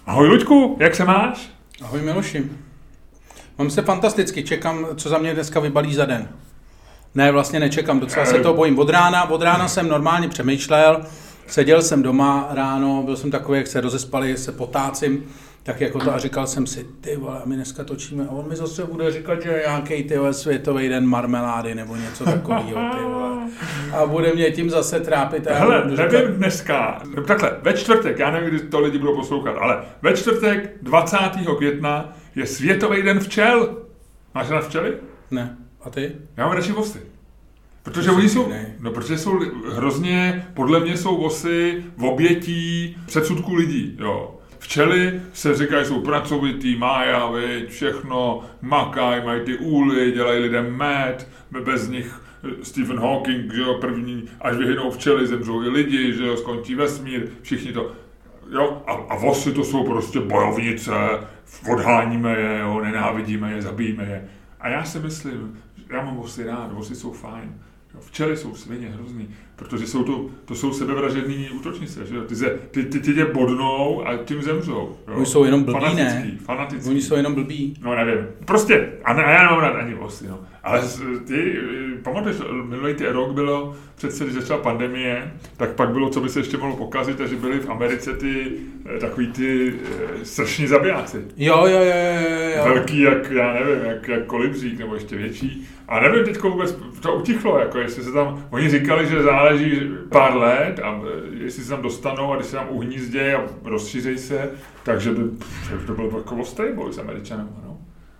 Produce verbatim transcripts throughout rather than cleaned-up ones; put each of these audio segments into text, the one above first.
Ahoj Luďku, jak se máš? Ahoj Miloši. Mám se fantasticky, čekám, co za mě dneska vybalí za den. Ne, vlastně nečekám, docela se toho bojím. Od rána, od rána jsem normálně přemýšlel, seděl jsem doma ráno, byl jsem takový, jak se rozespali, se potácím, tak jako to a říkal jsem si, ty vole, my dneska točíme a on mi zase bude říkat, že je nějaký ty vole světový den marmelády nebo něco takového, ty vole. A bude mě tím zase trápit. Hele, nevím dneska, takhle, ve čtvrtek, já nevím, kdy to lidi budou poslouchat, ale ve čtvrtek dvacátého května je světový den včel. Máš rád včely? Ne. A ty? Já mám radši vosy. Protože oni jsou, no protože jsou hrozně, podle mě jsou vosy v obětí předsudků lidí, jo. Včely se říkají, jsou pracovitý, májavy, všechno, makají, mají ty úly, dělají lidem med, bez nich Stephen Hawking, že jo, první, až vyhynou včely, zemřou i lidi, že jo, skončí vesmír, všichni to, jo, a, a vosy to jsou prostě bojovnice, odháníme je, jo, nenávidíme je, zabijíme je. A já si myslím, já mám vosy rád, vosy jsou fajn. Včely jsou svině hrozný, protože jsou to, to jsou sebevražední útočnice, že jo? Ty, se, ty, ty, ty tě bodnou a tím zemřou. Jo? Oni jsou jenom blbí, fanatický, ne? Fanatický. Oni jsou jenom blbí. No nevím, prostě, a, ne, a já nemám rád ani vosy, no. Ale ty, pamatuješ, minulý ty rok bylo, přece, když začala pandemie, tak pak bylo, co by se ještě mohlo pokazit, že byly v Americe ty, takový ty srční zabijáci. Jo, jo, jo, jo, jo. Velký, jak, já nevím, jak, jak kolibřík, nebo ještě větší. A nevím, teďko vůbec to utichlo, jako jestli se tam, oni říkali, že záleží pár let a jestli se tam dostanou a když se tam uhnízdějí a rozšířejí se, takže by to bylo takový stable s Američanem, no.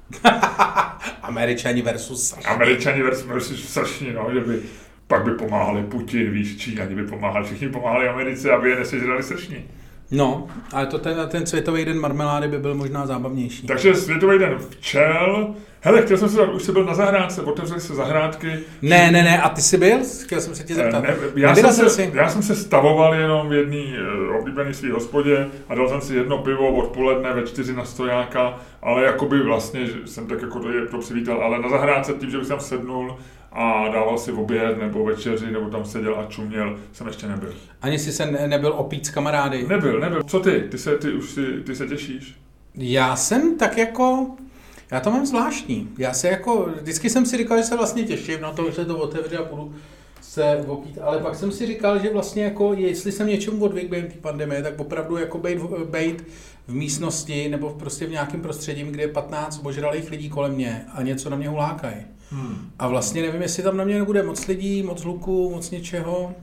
Američani versus sršní. Američani versus sršní, no, že by pak by pomáhali Putin, víš, Číňani by pomáhali, všichni pomáhali Americe, aby je nesežrali sršní. No, ale to ten, ten světový den marmelády by byl možná zábavnější. Takže světový den včel. Hele, chtěl jsem se zeptat, už jsi byl na zahrádce, otevřeli se zahrádky. Ne, ne, ne, a ty jsi byl? Chtěl jsem se tě zeptat. Ne, já, jsem se, já jsem se stavoval jenom v jedné uh, oblíbené svý hospodě a dal jsem si jedno pivo odpoledne ve čtyři na stojáka, ale jakoby vlastně že jsem tak jako to, je, to přivítal, ale na zahrádce tím, že bych tam sednul a dával si oběd nebo večeři, nebo tam seděl a čuměl, jsem ještě nebyl. Ani jsi se nebyl opít s kamarády? Nebyl, nebyl. Co ty? Ty se, ty už si, ty se těšíš? Já jsem tak jako... Já to mám zvláštní. Já se jako, vždycky jsem si říkal, že se vlastně těším na to, že se to otevře a půjdu se opít, ale pak jsem si říkal, že vlastně jako, jestli jsem něčemu odvyk během té pandemie, tak opravdu jako bejt, bejt v místnosti nebo prostě v nějakém prostředí, kde je patnáct ožralých lidí kolem mě a něco na mě hulákají. Hmm. A vlastně nevím, jestli tam na mě nebude moc lidí, moc hluku, moc něčeho.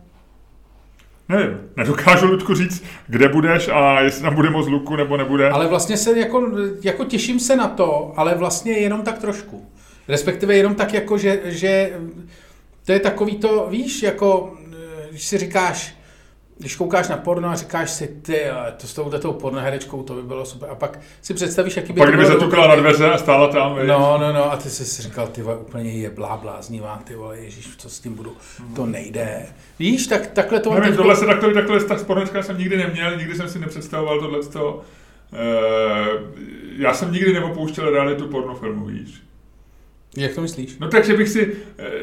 Nevím, nedokážu, Ludku, říct, kde budeš a jestli tam bude moc luku nebo nebude. Ale vlastně se jako, jako těším se na to, ale vlastně jenom tak trošku. Respektive jenom tak jako, že, že to je takový to, víš, jako, když si říkáš, když koukáš na porno a říkáš si, ty, to s tou, tou pornoherečkou, to by bylo super. A pak si představíš, jaký by pak to bylo. Pak kdyby zatukla na dveře a stála tam. Víš. No, no, no, a ty jsi si říkal, ty vole, úplně je blá, bláznivá, ty vole, ježíš, co s tím budu, hmm. to nejde. Víš, tak, takhle to... Nevím, tohle se takhle, takhle tak s pornoherečkou jsem nikdy neměl, nikdy jsem si nepředstavoval tohleto. E, já jsem nikdy nepopouštěl realitu pornofilmu, víš. Jak to myslíš? No takže bych si,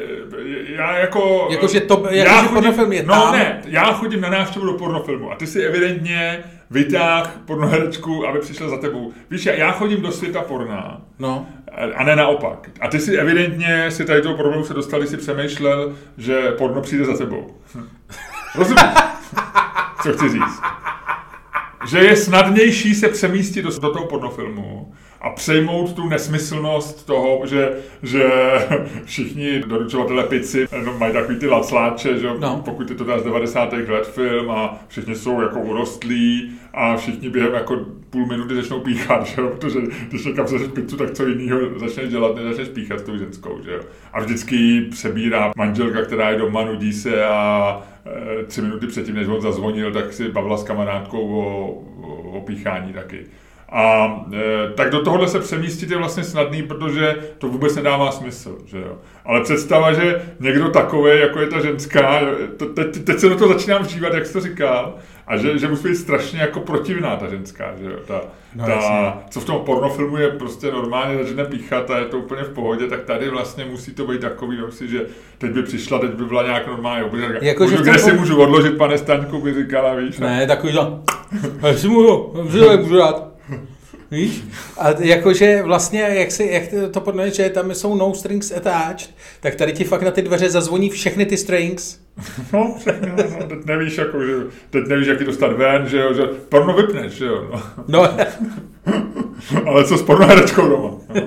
já jako... Jakože to, jako já že pornofilm je no, tam? No ne, já chodím na návštěvu do pornofilmu a ty si evidentně vytáh pornoherečku, aby přišla za tebou. Víš, já chodím do světa porna no. a ne naopak. A ty si evidentně si tady toho problému se dostal, když si přemýšlel, že porno přijde za tebou. Rozumíš? Co chci říct? Že je snadnější se přemístit do, do toho pornofilmu a přejmout tu nesmyslnost toho, že, že všichni doručovatelé pici no, mají takový ty lacláče, že no. Pokud je to teda z devadesátých let film a všichni jsou jako urostlí a všichni během jako půl minuty začnou píchat, že jo? Protože když někam zařeš pizzu, tak co jiného začneš dělat, než začneš píchat s tou ženskou, že jo? A vždycky ji přebírá manželka, která je doma, nudí se a e, tři minuty předtím, než on zazvonil, tak si bavila s kamarádkou o, o, o píchání taky. A e, tak do tohohle se přemístit je vlastně snadný, protože to vůbec nedává smysl, že jo. Ale představa, že někdo takovej, jako je ta ženská, to, teď, teď se do toho začínám vžívat, jak jsi to říkal, a že, že musí být strašně jako protivná ta ženská, že jo. Ta, no, ta, co v tom pornofilmu je prostě normálně začne píchat a je to úplně v pohodě, tak tady vlastně musí to být takový, si, že teď by přišla, teď by byla nějak normálně obřadka. Jako, můžu, kde si můžu odložit, pane Staňku, by říkala, víš. Ne, takový to, já si můžu, můžu dát. Víš? A jakože vlastně, jak, si, jak to podnovíš, že tam jsou no strings attached, tak tady ti fakt na ty dveře zazvoní všechny ty strings. No, všechny, no, teď nevíš, jako, že, teď nevíš, jak ji dostat ven, že jo, že porno vypneš, že jo. No. No. Ale co s pornoherečkou doma? No.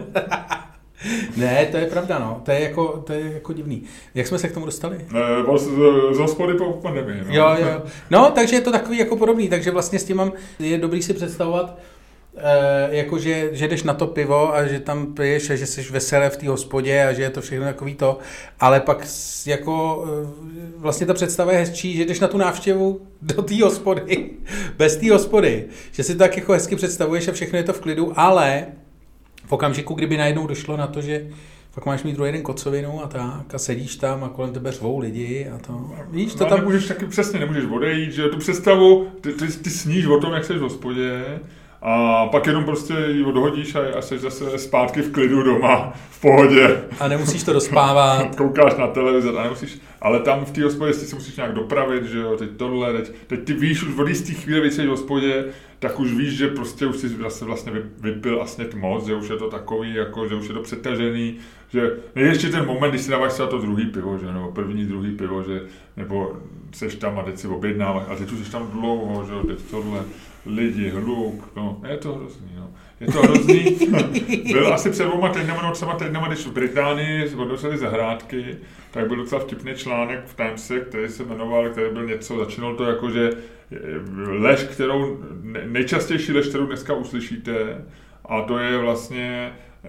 Ne, to je pravda, no. To je jako, to je jako divný. Jak jsme se k tomu dostali? E, z, z hospody po pandemii. No. Jo, jo. No, takže je to takový jako podobný, takže vlastně s tím mám, je dobrý si představovat, e, jako že, že jdeš na to pivo a že tam piješ a že jsi veselé v té hospodě a že je to všechno takový to, ale pak jako vlastně ta představa je hezčí, že jdeš na tu návštěvu do té hospody, bez té hospody, že si to tak jako hezky představuješ a všechno je to v klidu, ale v okamžiku, kdyby najednou došlo na to, že fakt máš mít druhý den kocovinu a tak a sedíš tam a kolem tebe řvou lidi a to, víš, to no, tam... Nemůžeš taky přesně, nemůžeš odejít, že tu představu, ty, ty, ty sníš o tom, jak jsi v hospodě a pak jenom prostě ji odhodíš a, a jsi zase zpátky v klidu doma, v pohodě. A nemusíš to dospávat. Koukáš na televizor a nemusíš, ale tam v té hospodě si musíš nějak dopravit, že jo, teď tohle, teď, teď ty víš, už od jistý chvíle, když jsi v hospodě, tak už víš, že prostě už jsi zase vlastně vypil a snět moc, že už je to takový, jako, že už je to přetažený, že ještě ten moment, když si dáváš třeba to druhý pivo, že, nebo první, druhý pivo, že, nebo seš tam a teď si objednáváš, a teď už jsi tam dlouho, že, teď tohle, lidi, hluk, no, je to hrozný, no. Je to hrozný. Byl asi před dvouma týdnama, no třeba týdnama, když v Británii odnosili zahrádky, tak byl docela vtipný článek v Timese, který se jmenoval, který byl něco, začínal to jako, že lež, kterou, nejčastější lež, kterou dneska uslyšíte, a to je vlastně, e,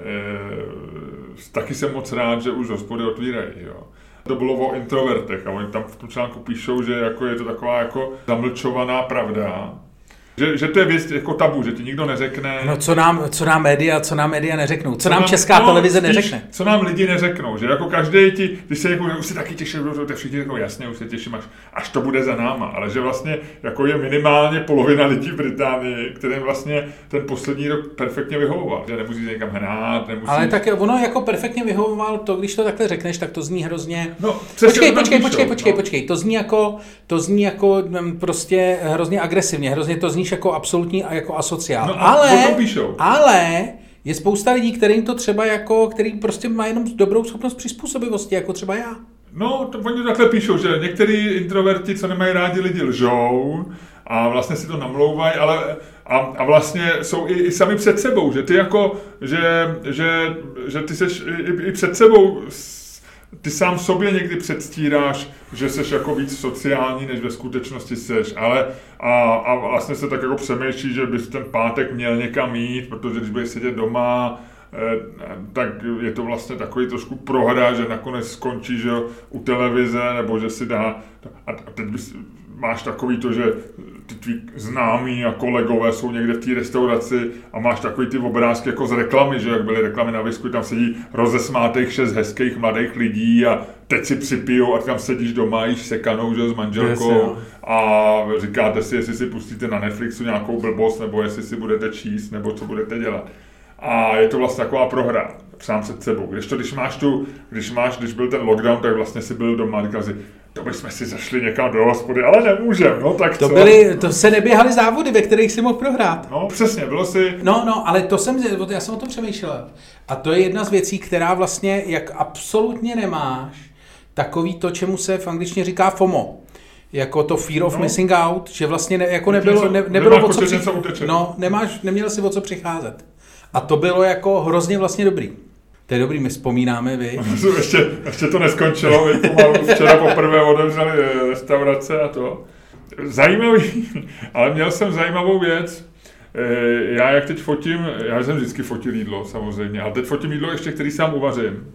taky jsem moc rád, že už hospody otvírají, jo. To bylo o introvertech a oni tam v tom článku píšou, že jako je to taková jako zamlčovaná pravda. Že, že to je věc jako tabu, že ti nikdo neřekne. No co nám, co nám média, co nám média neřeknou, co, co nám, nám česká no, televize spíš, neřekne. Co nám lidi neřeknou, že jako každý ti, když se jako, už se taky těšil, to všichni řeknou jasně, už se těším, až, až to bude za náma, ale že vlastně jako je minimálně polovina lidí v Británii, kterým vlastně ten poslední rok perfektně vyhovoval, že nemusí někam hrát, nemusí... Ale tak ono jako perfektně vyhovoval to, když to takhle řekneš, tak to zní hrozně... No, počkej, počkej, počkej, počkej, no. počkej, to zní jako, to zní jako prostě hrozně agresivně, hrozně to zní jako absolutní a jako asociál. No, ale, ale je spousta lidí, kterým to třeba jako, který prostě má jenom dobrou schopnost přizpůsobivosti, jako třeba já. No, to oni takhle píšou, že některý introverti, co nemají rádi lidi, lžou a vlastně si to namlouvají, ale a, a vlastně jsou i, i sami před sebou, že ty jako, že, že, že ty seš i, i před sebou, ty sám sobě někdy předstíráš, že seš jako víc sociální, než ve skutečnosti seš, ale a, a vlastně se tak jako přemýšlí, že bys ten pátek měl někam jít, protože když budeš sedět doma, tak je to vlastně takový trošku prohra, že nakonec skončí, že u televize, nebo že si dá, a teď bys, máš takový to, že ty tví známí a kolegové jsou někde v té restauraci a máš takový ty obrázky jako z reklamy, že jak byly reklamy na Visku, tam sedí rozesmátých šest hezkých mladých lidí a teď si připijou a tam sedíš doma, jíš sekanou, že s manželkou a říkáte si, jestli si pustíte na Netflixu nějakou blbost, nebo jestli si budete číst, nebo co budete dělat. A je to vlastně taková prohra, sám před sebou. Když to, když máš tu, když máš, když byl ten lockdown, tak vlastně si byl doma a říkal si, to bychom si zašli někam do hospody, ale nemůžem, no tak to co? Byly, to se neběhaly závody, ve kterých si mohl prohrát. No přesně, bylo si... No, no, ale to jsem, já jsem o tom přemýšlel. A to je jedna z věcí, která vlastně, jak absolutně nemáš, takový to, čemu se v angličtině říká FOMO. Jako to fear of no. missing out, že vlastně ne, jako nebylo, ne, nebylo o co přicházet. No, nemáš, neměl si o co přicházet. A to bylo jako hrozně vlastně dobrý. To je dobrý, my vzpomínáme, vy. ještě, ještě to neskončilo, vy pomalu včera poprvé otevřeli restaurace a to. Zajímavý, ale měl jsem zajímavou věc. Já jak teď fotím, já jsem vždycky fotil jídlo samozřejmě, ale teď fotím jídlo ještě, který sám uvařím.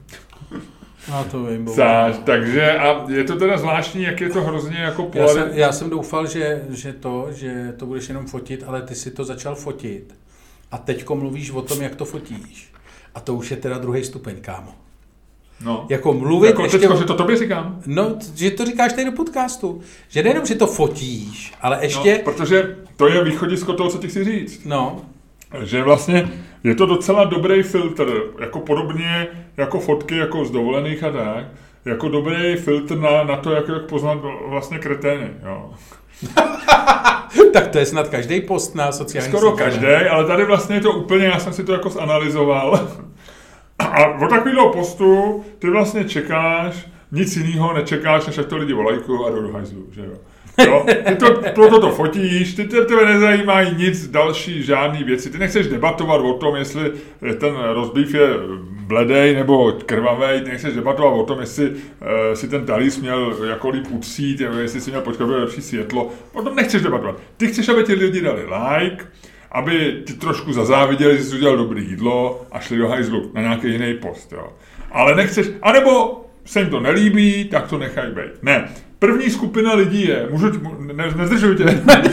No to vím, Sáž, takže a je to teda zvláštní, jak je to hrozně jako polary... já, jsem, já jsem doufal, že, že to, že to budeš jenom fotit, ale ty si to začal fotit. A teďko mluvíš o tom, jak to fotíš. A to už je teda druhý stupeň, kámo. No. Jako mluvit jako ještě... Teďko, že to tobě říkám. No, že to říkáš tady do podcastu. Že nejenom, že to fotíš, ale ještě... No, protože to je východisko toho, co ti chci říct. No. Že vlastně je to docela dobrý filtr, jako podobně jako fotky jako z dovolených a tak, jako dobrý filtr na, na to, jak, jak poznat vlastně kretény, jo. Tak to je snad každý post na sociálních Skoro každý, ale tady vlastně je to úplně, já jsem si to jako zanalizoval. A od takového postu ty vlastně čekáš, nic jiného nečekáš, než jak to lidi volajkují a jdou do hajzlu, že jo. Jo? Ty to, to, to fotíš, ty tebe nezajímají nic další, žádný věci. Ty nechceš debatovat o tom, jestli ten roastbeef je bledej nebo krvavej, ty nechceš debatovat o tom, jestli uh, si ten talíř měl jako líp ucít, nebo jestli si měl počkat lepší světlo. O tom nechceš debatovat. Ty chceš, aby ti lidi dali like, aby ti trošku zazáviděli, že jsi udělal dobré jídlo a šli do hajzlu na nějaký jiný post. Jo. Ale nechceš, anebo se jim to nelíbí, tak to nechaj být. Ne. První skupina lidí je, můžu, ne, nezdržuji tě.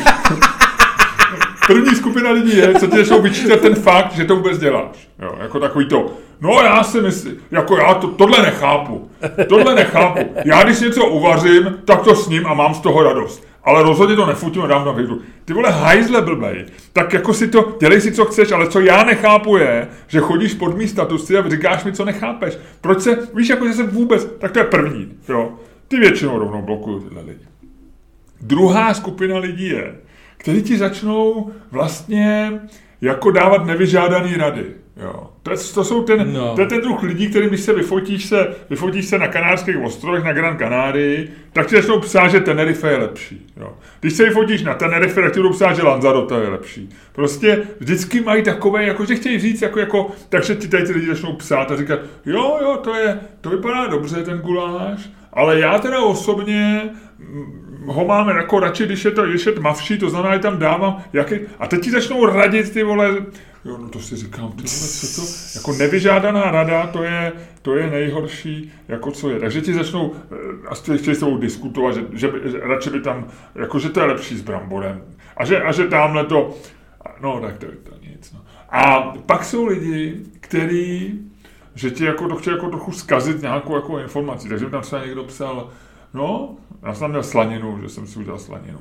První skupina lidí je, co ti začnou vyčítat ten fakt, že to vůbec děláš. Jo, jako takový to, no já si myslím, jako já to, tohle nechápu, tohle nechápu. Já když něco uvařím, tak to s ním a mám z toho radost. Ale rozhodně to nefutím a dám na hvězdu. Ty vole hajzle blbej, tak jako si to, dělej si co chceš, ale co já nechápu je, že chodíš pod mý statusy a říkáš mi, co nechápeš. Proč se, víš, jako že se vůbec, tak to je první, jo. Ty většinou rovnou blokují tyhle lidi. Druhá skupina lidí je, kteří ti začnou vlastně jako dávat nevyžádaný rady. Jo. To, je, to, jsou ten, no. to je ten druh lidí, kterým když se vyfotíš se, vyfotíš se na Kanárských ostrovech, na Gran Canarii, tak ti začnou psát, že Tenerife je lepší. Jo. Když se vyfotíš na Tenerife, tak ti budou psát, že Lanzarote je lepší. Prostě vždycky mají takové, jako že chtějí říct, jako, jako, takže ti tady ty lidi začnou psát a říkat, jo, jo, to, je, to vypadá dobře, ten guláš, ale já teda osobně ho mám jako radši, když je to, když je tmavší, to znamená, že tam dávám, jaký, a teď ti začnou radit ty vole, jo, no to si říkám, ty vole, co to, jako nevyžádaná rada, to je, to je nejhorší, jako co je, takže ti začnou, a chtějí s tebou diskutovat, že, že, že radši by tam, jako že to je lepší s bramborem, a že, a že tamhle to, no tak to je to nic, no. A pak jsou lidi, kteří, že ti jako to chtějí jako trochu zkazit nějakou jako informaci, takže mi tam třeba někdo psal, no, já jsem tam měl slaninu, že jsem si udělal slaninu.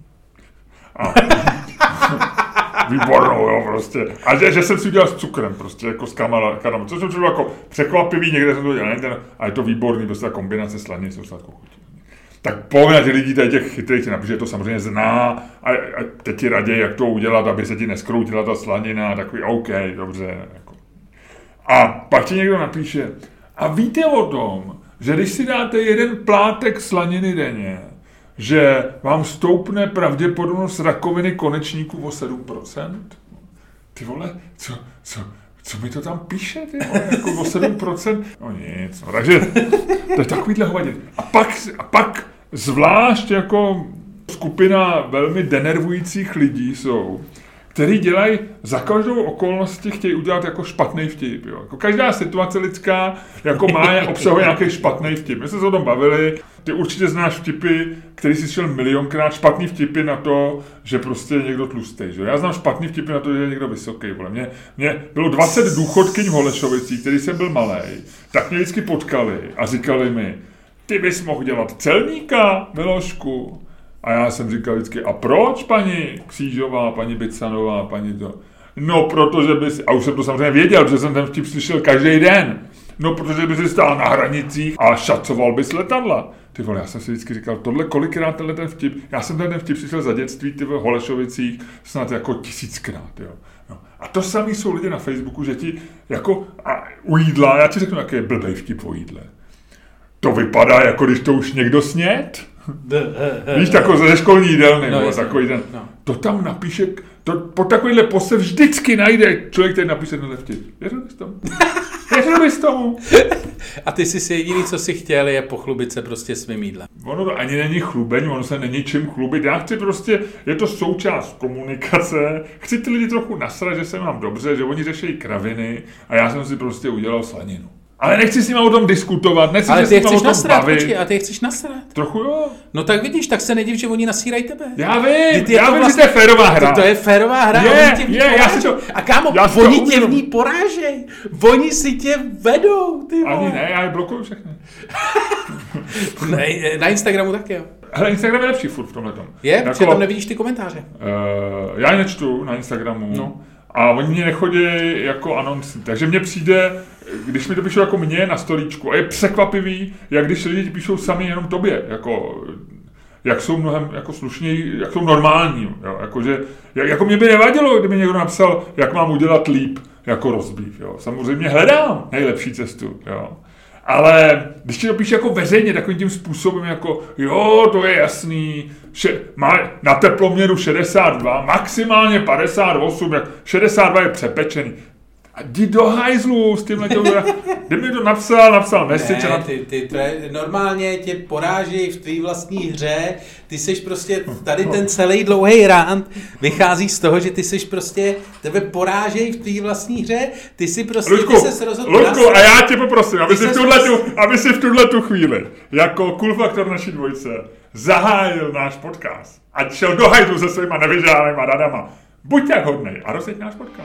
A výbornou, jo, prostě. A že, že jsem si udělal s cukrem, prostě, jako s kamarádem, což jsem jako překvapivý, někde jsem to udělal, a je to výborný, prostě ta kombinace slaniny, co sladkou chutí. Tak polovina těch lidí tady těch chytrých ti napíše, že to samozřejmě zná a, a teď ti raději, jak to udělat, aby se ti neskroutila ta slanina, takový OK, dobře. Jako. A pak ti někdo napíše, a víte o tom, že když si dáte jeden plátek slaniny denně, že vám stoupne pravděpodobnost rakoviny konečníků o sedm procent? Ty vole, co, co, co mi to tam píše, ty vole, jako o sedm procent? No nic, no, takže to je takovýhle hovadě. A pak, a pak zvlášť jako skupina velmi denervujících lidí jsou, který dělají za každou okolnosti, chtějí udělat jako špatný vtip. Jo. Jako každá situace lidská jako má obsahuje nějaký špatný vtip. My jsme se o tom bavili, ty určitě znáš vtipy, který jsi slyšel milionkrát, špatný vtipy na to, že prostě je někdo tlustý. Že? Já znám špatný vtipy na to, že je někdo vysoký. Vole. Mě, mě bylo dvacet důchodkyň v Holešovicích, který jsem byl malej, tak mě vždycky potkali a říkali mi, ty bys mohl dělat celníka, Milošku. A já jsem říkal vždycky, a proč paní Křížová, paní Bicanová, paní to? No, protože bys, a už jsem to samozřejmě věděl, protože jsem ten vtip slyšel každý den. No, protože bys stál na hranicích a šacoval bys letadla. Ty vole, já jsem si vždycky říkal, tohle kolikrát tenhle ten vtip, já jsem ten vtip slyšel za dětství, ty v Holešovicích, snad jako tisíckrát, jo. No. A to samý jsou lidi na Facebooku, že ti jako a u jídla, já ti řeknu, jaký je blbej vtip o jídle. To vypadá, jako když to už někdo sněd. Víš, takový ze školní jídelny, no, no, takový ten, no. To tam napíše, to, po takovýhle post vždycky najde člověk, který napíše tenhle vtip. Věřil bys tomu? Věřil bys tomu? A ty jsi si jediný, co si chtěl, je pochlubit se prostě svým jídlem. Ono to ani není chlubení, ono se není čím chlubit. Já chci prostě, je to součást komunikace, chci ty lidi trochu nasrat, že se mám dobře, že oni řeší kraviny a já jsem si prostě udělal slaninu. Ale nechci s nimi o tom diskutovat, nechci ale se s nimi o tom nasrat, bavit. Počkej, a ty je chceš nasrat? Trochu jo. No tak vidíš, tak se nediv, že oni nasírají tebe. Já vím, je já to vím, vlastně, že to je férová hra. To, to je férová hra, je, oni tě v ní je, já si to, a kámo, oni tě v ní porážej, oni si tě vedou, ty vole. Ani ne, já je blokuju všechny. ne, na Instagramu taky, jo. Hele, Instagram je lepší furt v tomhletom. Je, jako, protože tam nevidíš ty komentáře. Uh, já je nečtu na Instagramu. No. A oni mě nechodí jako anonci. Takže mně přijde, když mi to píšou jako mě na stolíčku, a je překvapivý, jak když lidi píšou sami jenom tobě. Jako, jak jsou mnohem jako slušněji, jak jsou normální. Jo? Jako, že, jako mě by nevadilo, kdyby někdo napsal, jak mám udělat líp jako rozbív. Jo? Samozřejmě hledám nejlepší cestu. Jo? Ale když ti to píše jako veřejně takovým tím způsobem, jako jo, to je jasný, še, má na teploměru šedesát dva, maximálně padesát osm, jak šedesát dva je přepečený. A jdi do hajzlu s tímhle tím, kdyby mi to napsal, napsal message. Ne, ty, ty, to je, normálně tě poráží v tvý vlastní hře, ty seš prostě, tady ten celý dlouhý rant vychází z toho, že ty seš prostě, tebe porážejí v tvý vlastní hře, ty si prostě, Luďku, ty ses rozhodl. Luďku, a já tě poprosím, aby si, v tuhletu, aby si v tuhletu chvíli, jako Cool Faktor naší dvojce, zahájil náš podcast, ať šel do hajzlu se svýma nevyžádnýma radama. Buď tak hodnej a rozjeď náš podcast.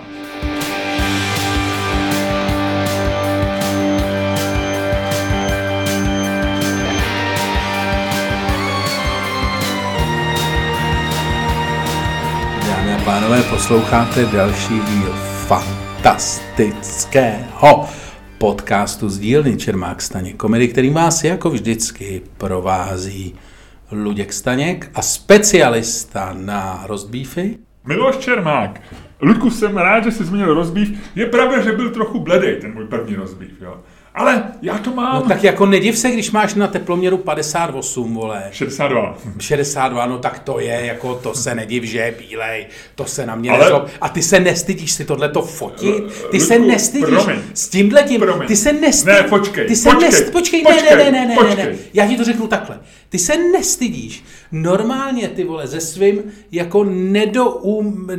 Pánové, posloucháte další díl fantastického podcastu z dílny Čermák Staněk Komedy, který vás jako vždycky provází Luděk Staněk a specialista na roastbeefy Miloš Čermák. Luďku, jsem rád, že jsi zmínil roastbeef. Je pravda, že byl trochu bledej ten můj první roastbeef, jo. Ale já to mám. No tak jako nediv se, když máš na teploměru padesát osm, vole. šedesát dva. šedesát dva, no tak to je, jako to se nediv, že je bílej, to se na mě ale... nezlob. A ty se nestydíš si tohleto fotit? Ty Luďku, se nestydíš promiň, s tímhletím, promiň. ty se nestydíš. Ne, počkej, ty se počkej, nest... počkej, počkej, ne, ne, ne, ne, počkej. ne, ne, já ti to řeknu takhle. Ty se nestydíš. Normálně, ty vole, ze svým jako nedoum,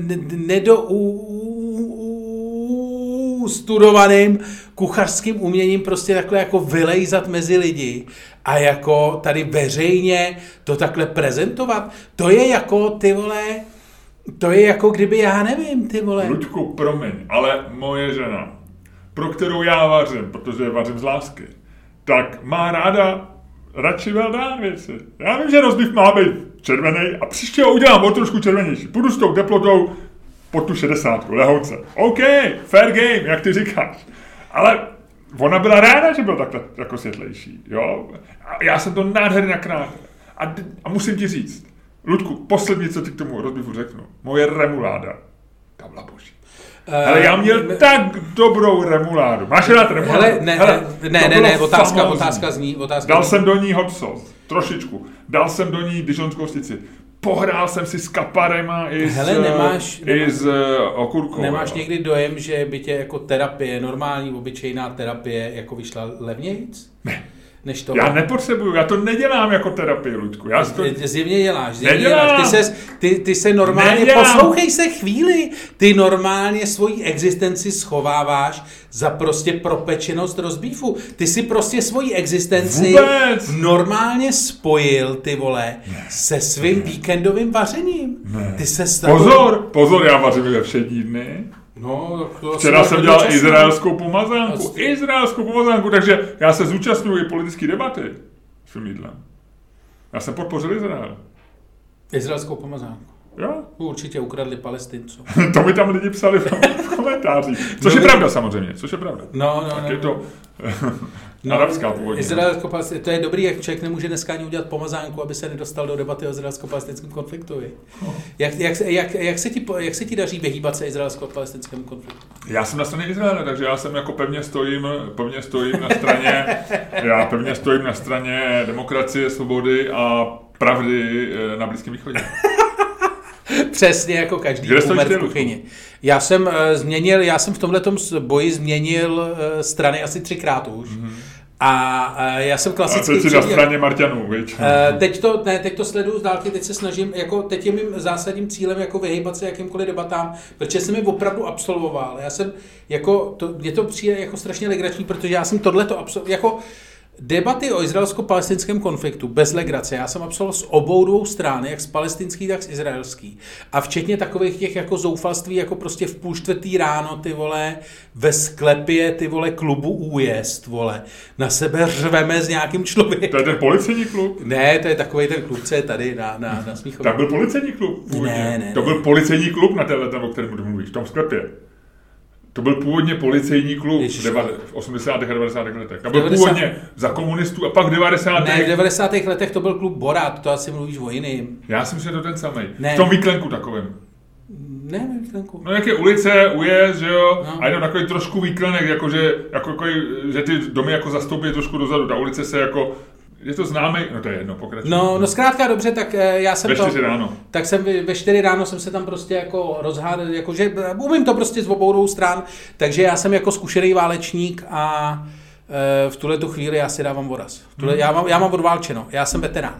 nedoum, studovaným kuchařským uměním prostě takhle jako vylejzat mezi lidi a jako tady veřejně to takhle prezentovat, to je jako, ty vole, to je jako kdyby, já nevím, ty vole. Luďku, promiň, ale moje žena, pro kterou já vařím, protože vařím z lásky, tak má ráda radši well done věci. Já vím, že rozbív má být červený a příště ho udělám o trošku červenější. Půjdu s tou teplotou pod tu šedesátku, lehonce. OK, fair game, jak ty říkáš. Ale ona byla ráda, že byl takhle jako světlejší, jo. A já jsem to nádherně nakrátil. A, a musím ti říct, Ludku, poslední, co ti k tomu rozbívu řeknu, moje remuláda, ta byla boží. Ale já měl uh, tak dobrou remuládu. Máš rád remuládu? Hele, ne, hele, ne, ne, ne, otázka, otázka zní. Otázka Dal zní. jsem do ní hot sauce, trošičku. Dal jsem do ní dijonskou stici. Pohrál jsem si s kaparema i Hele, s, nemáš, i nemáš, s okurkou. Nemáš někdy dojem, že by tě jako terapie, normální, obyčejná terapie, jako vyšla levnějc? Ne. Než to. Já nepotřebuju, já to nedělám jako terapii, Luďku. Já to... Zjevně děláš, zjevně děláš. Ty, ses, ty, ty se normálně, Nedělám. Poslouchej se chvíli, ty normálně svoji existenci schováváš za prostě propečenost rozbífu. Ty si prostě svoji existenci Vůbec. normálně spojil, ty vole, ne. se svým víkendovým vařením. Ne. Ty se stavil... Pozor, pozor, já vařím ve všední dny. No, Včera jsem dělal časný. izraelskou pomazánku, Asi. izraelskou pomazánku, takže já se zúčastňuji i politické debaty s tím jídlem. Já jsem podpořil Izrael. Izraelskou pomazánku. Jo? Určitě ukradli Palestinců. To mi tam lidi psali v komentářích. Což no, je pravda samozřejmě, což je pravda. No, no, tak no. je to no, arabská původně. Izraelsko, to je dobrý, jak člověk nemůže dneska ani udělat pomazánku, aby se nedostal do debaty o izraelsko-palestinském konfliktu. No. Jak, jak, jak, jak, se ti, jak se ti daří vyhýbat se izraelsko-palestinskému konfliktu? Já jsem na straně Izraele, takže já jsem jako pevně stojím, pevně stojím na straně, já pevně stojím na straně demokracie, svobody a pravdy na Blízkém východě. Přesně jako každý boomer v kuchyni. Já jsem uh, změnil, já jsem v tomhletom boji změnil uh, strany asi třikrát už. Mm-hmm. A uh, já jsem klasický... A teď si na straně Marťanů, viď? Uh, teď, to, ne, teď to sleduju z dálky, teď se snažím, jako teď je mým zásadním cílem jako vyhýbat se jakýmkoliv debatám, protože jsem je opravdu absolvoval. Já jsem, jako, to, mě to přijde jako strašně legrační, protože já jsem tohleto absolvoval, jako debaty o izraelsko-palestinském konfliktu bez legrace. Já jsem absolvoval z obou dvou stran, jak z palestinský, tak z izraelský. A včetně takových těch jako zoufalství, jako prostě v půl čtvrtý ráno, ty vole, ve sklepě, ty vole, klubu Újezd, vole. Na sebe řveme s nějakým člověkem. To je ten policejní klub? Ne, to je takový ten klub, co je tady na, na, na Smíchově. Tak byl policejní klub? Ne, ne, To byl policejní klub na téhle, o kterém mluvíš, v tom sklepě. To byl původně policejní klub v osmdesátých a devadesátých letech. A byl devadesátých původně za komunistů a pak v devadesátých Ne, v devadesátých letech to byl klub Borat, to asi mluvíš o jiným. Já si myslím, že to ten samý. V tom výklenku takovým. Ne, výklenku. No jak je ulice, ujezd, že jo, no. A jenom takový trošku výklenek, jakože, jako, jako, že ty domy jako zastoupí trošku dozadu, ta ulice se jako... Je to známý? No to je jedno, pokračuj. No, no zkrátka dobře, tak já jsem ve to... Ve čtyři ráno. Tak jsem ve čtyři ráno jsem se tam prostě jako rozhádal, jakože umím to prostě z obou dvou stran, takže já jsem jako zkušený válečník a e, v tuhletu chvíli já si dávám voraz. Tuhle, hmm. já, mám, já mám odválčeno, já jsem veterán.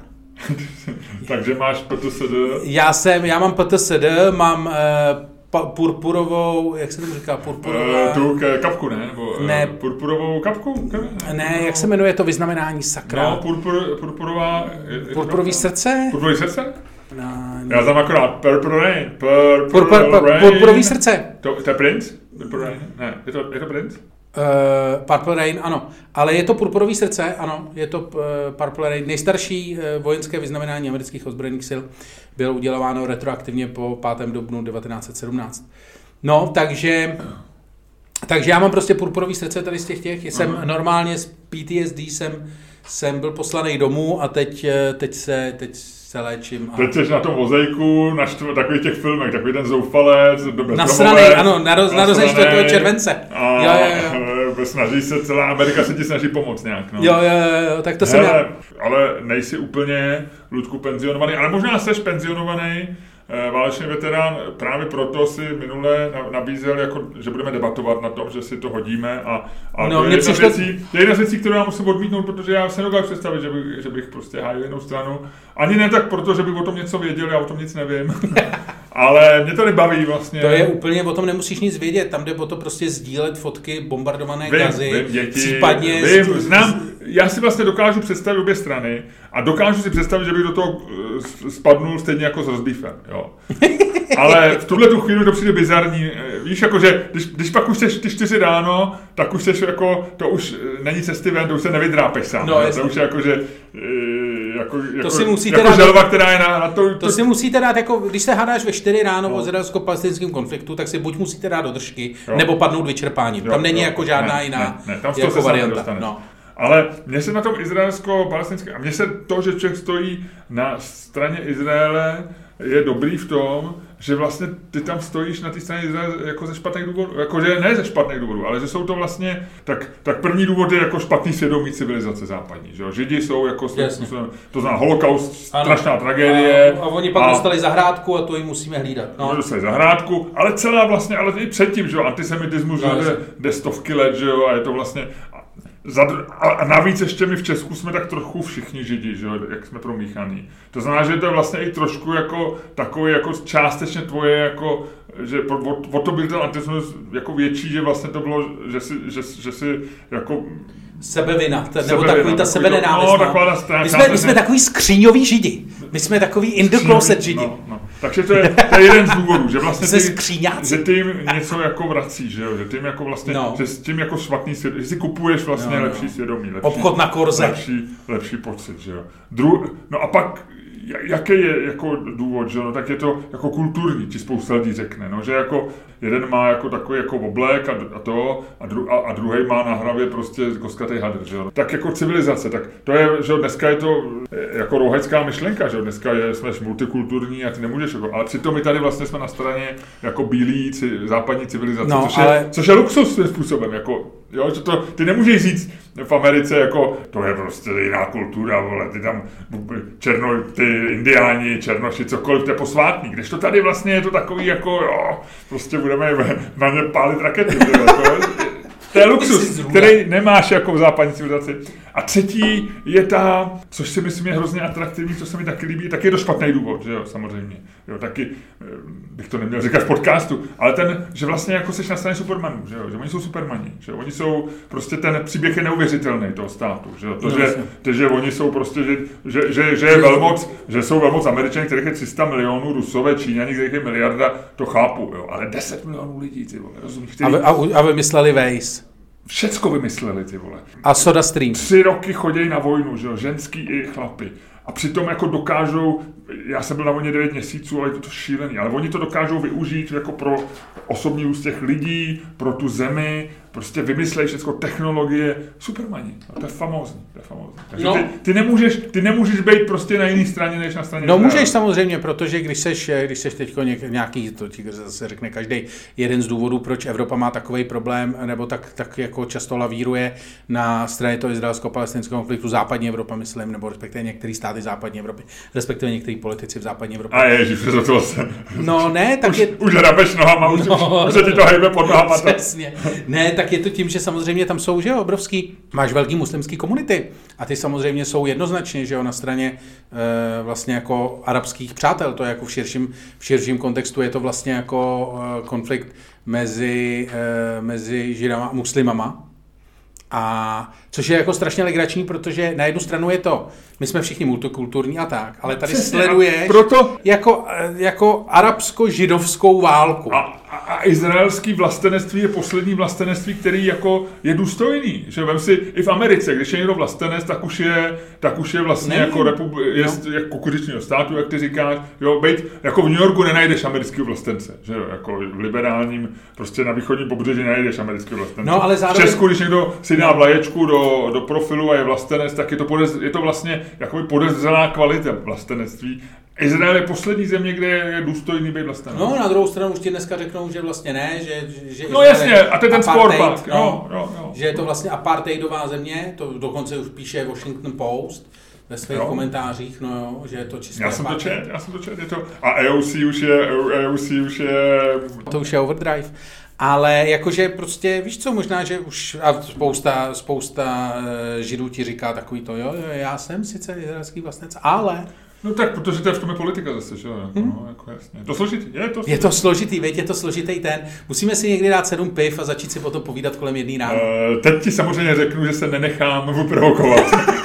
Takže máš P T S D? Já jsem, já mám P T S D, mám... E, Pa, purpurovou, jak se tomu říká, purpurová... Uh, tu kapku, ne? Nebo, ne. Uh, purpurovou kapku? Ne, ne, jak se jmenuje to vyznamenání, sakra? No, purpur, purpurová... Purpurový srdce? Purpurový srdce? No, já znám akorát Purple Rain. Purple Pur, pur, Rain. Purpurový srdce. To, to je Prince? Purple Rain? Ne, je to, je to Prince? Uh, Purple Rain, ano. Ale je to purpurový srdce, ano. Je to uh, Purple Rain. Nejstarší uh, vojenské vyznamenání amerických ozbrojených sil bylo udělováno retroaktivně po pátého dubnu devatenáct set sedmnáct. No, takže... Takže já mám prostě purpurový srdce tady z těch těch. Jsem uh-huh. normálně z P T S D jsem, jsem byl poslaný domů a teď, teď se... Teď se léčím. A... Teď jsi na tom vozejku, na štv, takových těch filmech, takový ten zoufalec, nasranej, ano, narozeň čtvrtého července. A jo, jo, jo. Snaží se, celá Amerika se ti snaží pomoct nějak. No. Jo, jo, jo, tak to jsem já. Ale nejsi úplně, Ludku, penzionovaný, ale možná jsi penzionovaný, válečný veterán, právě proto si minule nabízel, jako, že budeme debatovat na tom, že si to hodíme a, a no, to, je jedna přišlo... věcí, to je jedna z věcí, kterou já musím odmítnout, protože já se nedokážu představit, že bych, že bych prostě hájil jednou stranu. Ani ne tak proto, že bych o tom něco věděl, já o tom nic nevím. Ale mě to nebaví vlastně. To je úplně, o tom nemusíš nic vědět, tam jde o to prostě sdílet fotky bombardované vím, Gazy, vím, děti, případně... Vím, z... znám, já si vlastně dokážu představit obě strany a dokážu si představit, že bych do toho spadnul stejně jako s rozbífem, jo. Ale v tuhle tu chvíli to přijde bizarní, víš, jakože, když, když pak už jsi ty čtyři ráno, tak už jsi jako, to už není cesty ven, to už se nevydrápeš sám, no, to už je jakože, jako, jako, to si jako dát, želva, která je na, na to, to... To si musíte dát, jako, když se hádáš ve čtyři ráno no. o izraelsko-palestinském konfliktu, tak si buď musíte dát do držky, jo. nebo padnout vyčerpáním. Jo, tam není jo, jako žádná ne, jiná ne, ne, tam jako varianta. No. Ale mně se na tom izraelsko-palestinském, a mně se to, že člověk stojí na straně Izraele, je dobrý v tom, že vlastně ty tam stojíš na té straně Izraele jako ze špatných důvodů, jakože ne ze špatných důvodů, ale že jsou to vlastně, tak, tak první důvod je jako špatný svědomí civilizace západní, že jo, Židi jsou jako, to znamená holokaust, strašná tragédie. A, a oni pak a, dostali zahrádku a to jim musíme hlídat. No. Dostali zahrádku, ale celá vlastně, ale i předtím, že jo, antisemitismus no, jde, jde stovky let, že jo, a je to vlastně... A navíc ještě my v Česku jsme tak trochu všichni Židi, že jo, jak jsme promíchaný. To znamená, že to je vlastně i trošku jako takový jako částečně tvoje jako, že o, o to byl ten antisemitismus jako větší, že vlastně to bylo, že si, že, že si jako... Sebevina, ta, nebo takový ta sebenenávist. No, taková ta my, jsme, my jsme takový skříňoví Židi. My jsme takový in the closet Židi. No, no. Takže to je, to je jeden z důvodů, že vlastně ty, skříňáci. že ty jim něco jako vrací, že jo, že ty jim jako vlastně, no. že s tím jako špatný svědomí, že si kupuješ vlastně no, lepší svědomí, lepší, obchod na korze. Lepší, lepší pocit, že jo. Dru, no a pak, jaký je jako důvod, že no, tak je to jako kulturní, ti spousta lidí řekne, no, že jako jeden má jako takový jako oblek a, a to a, dru, a, a druhý má na hlavě prostě koskatý hadr, že jo. Tak jako civilizace, tak to je, že dneska je to jako rouhecká myšlenka, že dneska je, jsme multikulturní a ty nemůžeš, jako, ale přitom my tady vlastně jsme na straně jako bílý ci, západní civilizace, no, což, ale... je, což je luxus svým způsobem, jako, jo, že to, ty nemůžeš říct v Americe jako, to je prostě jiná kultura, vole, ty tam černo, ty indiáni, černoši, cokoliv, to je posvátný, když to tady vlastně je to takový jako, jo, prostě budeme na ně pálit rakety, jako, to je luxus, který nemáš jako v západní civilizaci. A třetí je ta, což si myslím je hrozně atraktivní, co se mi taky líbí, taky je to špatný důvod, že jo, samozřejmě. Jo, taky bych to neměl říkat v podcastu, ale ten, že vlastně jako seš na straně Supermanů, že jo, že oni jsou Supermani, že jo, oni jsou, prostě ten příběh je neuvěřitelný toho státu, že jo, to, že, to, že oni jsou prostě, že, že, že, že je velmoc, že jsou velmoc Američané, kterých je tři sta milionů, Rusové, Číňani, kterých je miliarda, to chápu, jo, ale deset milionů lidí, ty vole, rozumíš, který... A, vy, a, a vymysleli Waze. Všecko vymysleli, ty vole. A Soda Stream. Tři roky chodějí na vojnu, že jo, ženský i chlapi. a přitom jako dokážou, já jsem byl na vojně devět měsíců, ale je to šílený, ale oni to dokážou využít jako pro osobní úst těch lidí, pro tu zemi, prostě vymyslejí všechno, technologie, supermani, to je famózní, to je famózní. Takže no. ty, ty, nemůžeš, ty nemůžeš být prostě na jiné straně, než na straně. No můžeš můžeš samozřejmě, protože když seš, když seš teďko nějaký, to ti zase řekne každý jeden z důvodů, proč Evropa má takový problém, nebo tak, tak jako často lavíruje na straně toho izraelsko-palestinského konfliktu, západní Evropa, myslím, nebo respektive některé státy západní Evropy, respektive některý politici v západní Evropě. A ježiš, to to vlastně. No ne, tak už, je... Už hrabeš nohama, už, no, už se ti to hejbe pod nohama. Přesně. Ne, tak je to tím, že samozřejmě tam jsou, že jo, obrovský, máš velký muslimský komunity a ty samozřejmě jsou jednoznačně, že jo, na straně e, vlastně jako arabských přátel, to je jako v širším, v širším kontextu je to vlastně jako e, konflikt mezi, e, mezi židama a muslimama. A což je jako strašně legrační, protože na jednu stranu je to, my jsme všichni multikulturní a tak, ale tady přesně, sleduješ proto... jako, jako arabsko-židovskou válku. A, a, a izraelský vlastenectví je poslední vlastenectví, který jako je důstojný. Že vem si i v Americe, když je někdo vlastenec, tak už je, tak už je vlastně ne, jako republi- je no. jako kukuřičního státu, jak ty říkáš. Jo, bejt, jako v New Yorku nenajdeš amerického vlastence, že jo, jako v liberálním, prostě na východním pobřeží nenajdeš amerického vlastence. No, ale zároveň... V Česku, když někdo si dá vlaječku do, do profilu a je vlastenec, tak je to, podez, je to vlastně jakoby podezřelá kvalita vlastenectví. Izrael je poslední země, kde je důstojný být vlastenec. No, na druhou stranu už ti dneska řeknou, že vlastně ne, že, že no jasně, a to je ten sport pak. No, no, no, no. Že je to vlastně apartheidová země, to dokonce už píše Washington Post ve svých jo. komentářích, no jo, že je to čistě já jsem to čet, já jsem to čet, je to, a A O C už je, A O C už je... To už je overdrive. Ale jakože prostě, víš co, možná, že už a spousta, spousta židů ti říká takový to, jo, jo, já jsem sice izraelský vlastnec, ale... No tak, protože to je v tom je politika zase, že jo, jako, hmm. no, jako jasně. Je to složitý, je to složitý. Je to složitý, veď, je to složitý ten. Musíme si někdy dát sedm piv a začít si potom povídat kolem jedný ráno. Uh, teď ti samozřejmě řeknu, že se nenechám vyprovokovat.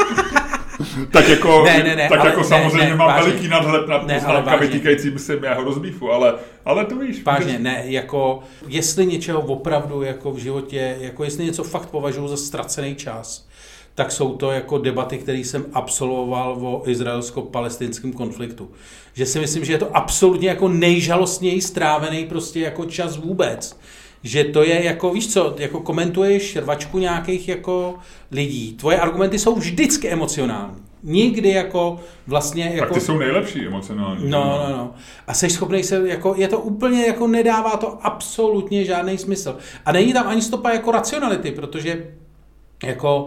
tak jako, ne, ne, ne, tak ale, jako ne, samozřejmě ne, mám vážně. veliký nadhled nad poznámkami týkajícím se mého rozbífu, ale, ale to víš. Vážně, můžeš... ne, jako jestli něčeho opravdu jako v životě, jako jestli něco fakt považuji za ztracený čas, tak jsou to jako debaty, které jsem absolvoval o izraelsko-palestinském konfliktu. Že si myslím, že je to absolutně jako nejžalostněji strávený prostě jako čas vůbec. Že to je jako, víš co, jako komentuješ rvačku nějakých jako lidí. Tvoje argumenty jsou vždycky emocionální. Nikdy jako vlastně... Jako... Tak ty jsou nejlepší emocionální. No, no, no. A jsi schopnej se, jako, je to úplně, jako nedává to absolutně žádný smysl. A není tam ani stopa jako racionality, protože jako...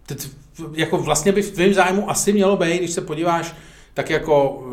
jako vlastně by v tvém zájmu asi mělo být, když se podíváš tak jako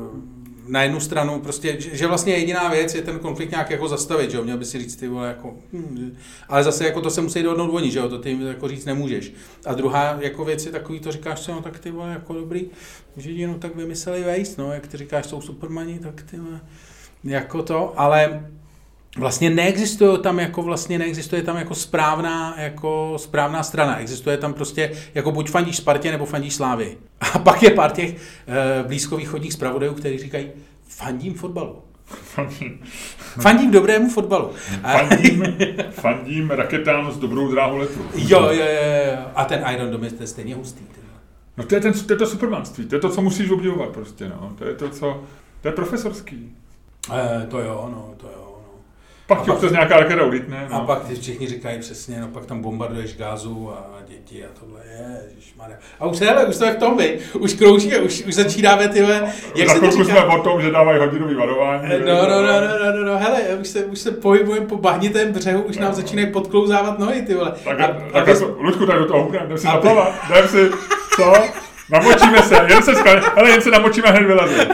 na jednu stranu prostě, že vlastně jediná věc je ten konflikt nějak jako zastavit, že jo, měl by si říct ty vole jako, hm, ale zase jako to se musí dohodnout oni, že jo, to ty jim jako říct nemůžeš. A druhá jako věc je takový, to říkáš si, no tak ty vole jako dobrý, že no tak vymysleli vejst, no, jak ty říkáš, jsou supermani, tak ty vole, jako to, ale vlastně neexistuje tam jako vlastně neexistuje tam jako správná jako správná strana. Existuje tam prostě jako buď fandíš Spartě nebo fandíš Slávii. A pak je pár těch e, blízkovýchodních zpravodajů, kteří říkají fandím fotbalu. Fandím. Fandím dobrému fotbalu. Fandím, fandím raketám s dobrou dráhou letu. Jo, jo, jo. A ten Iron Dome je stejně hustý. No to je, ten, to je to supermanství. To je to, co musíš obdivovat prostě. No. To je to, co... To je profesorský. E, to jo, no, to jo. Pak ti občas nějaká raketa ulítne. No. A pak ty všichni říkají přesně, no pak tam bombarduješ Gázu a děti a tohle je, ježišmarja. A už se, hele, už to je v tom, vy. Už krouží, už, už začínáme tyhle, jak Za se to říká. jsme o tom, že dávají hodinový varování. No, no, no, no, no, no, no, hele, už se, už se pohybujeme po bahnitém břehu, už nám začínají podklouzávat nohy, ty vole. Tak, a, tak bez... to, Luďku, tak do toho hubneme, jdem si zaplavat, jdem si, co? Namočíme se, jen se skali, hele, jen se namočíme a hned vylezeme.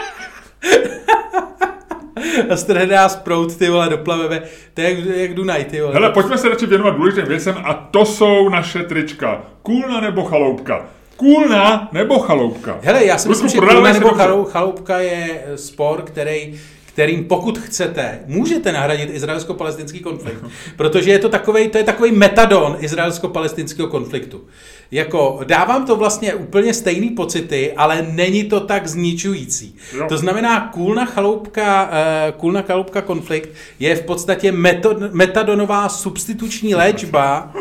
A strhne nás proud, ty vole, doplaveme. To je jak, jak Dunaj, ty vole. Hele, pojďme se radši věnovat důležitým věcem a to jsou naše trička. Kůlna nebo chaloupka? Kůlna nebo chaloupka? Hele, já si myslím, že kůlna nebo chaloupka je spor, který, kterým pokud chcete, můžete nahradit izraelsko-palestinský konflikt. Protože je to takovej, to je takovej metadon izraelsko-palestinského konfliktu. Jako, dávám to vlastně úplně stejný pocity, ale není to tak zničující. Jo. To znamená, kůlna chaloupka, kůlna chaloupka konflikt je v podstatě metod, metadonová substituční léčba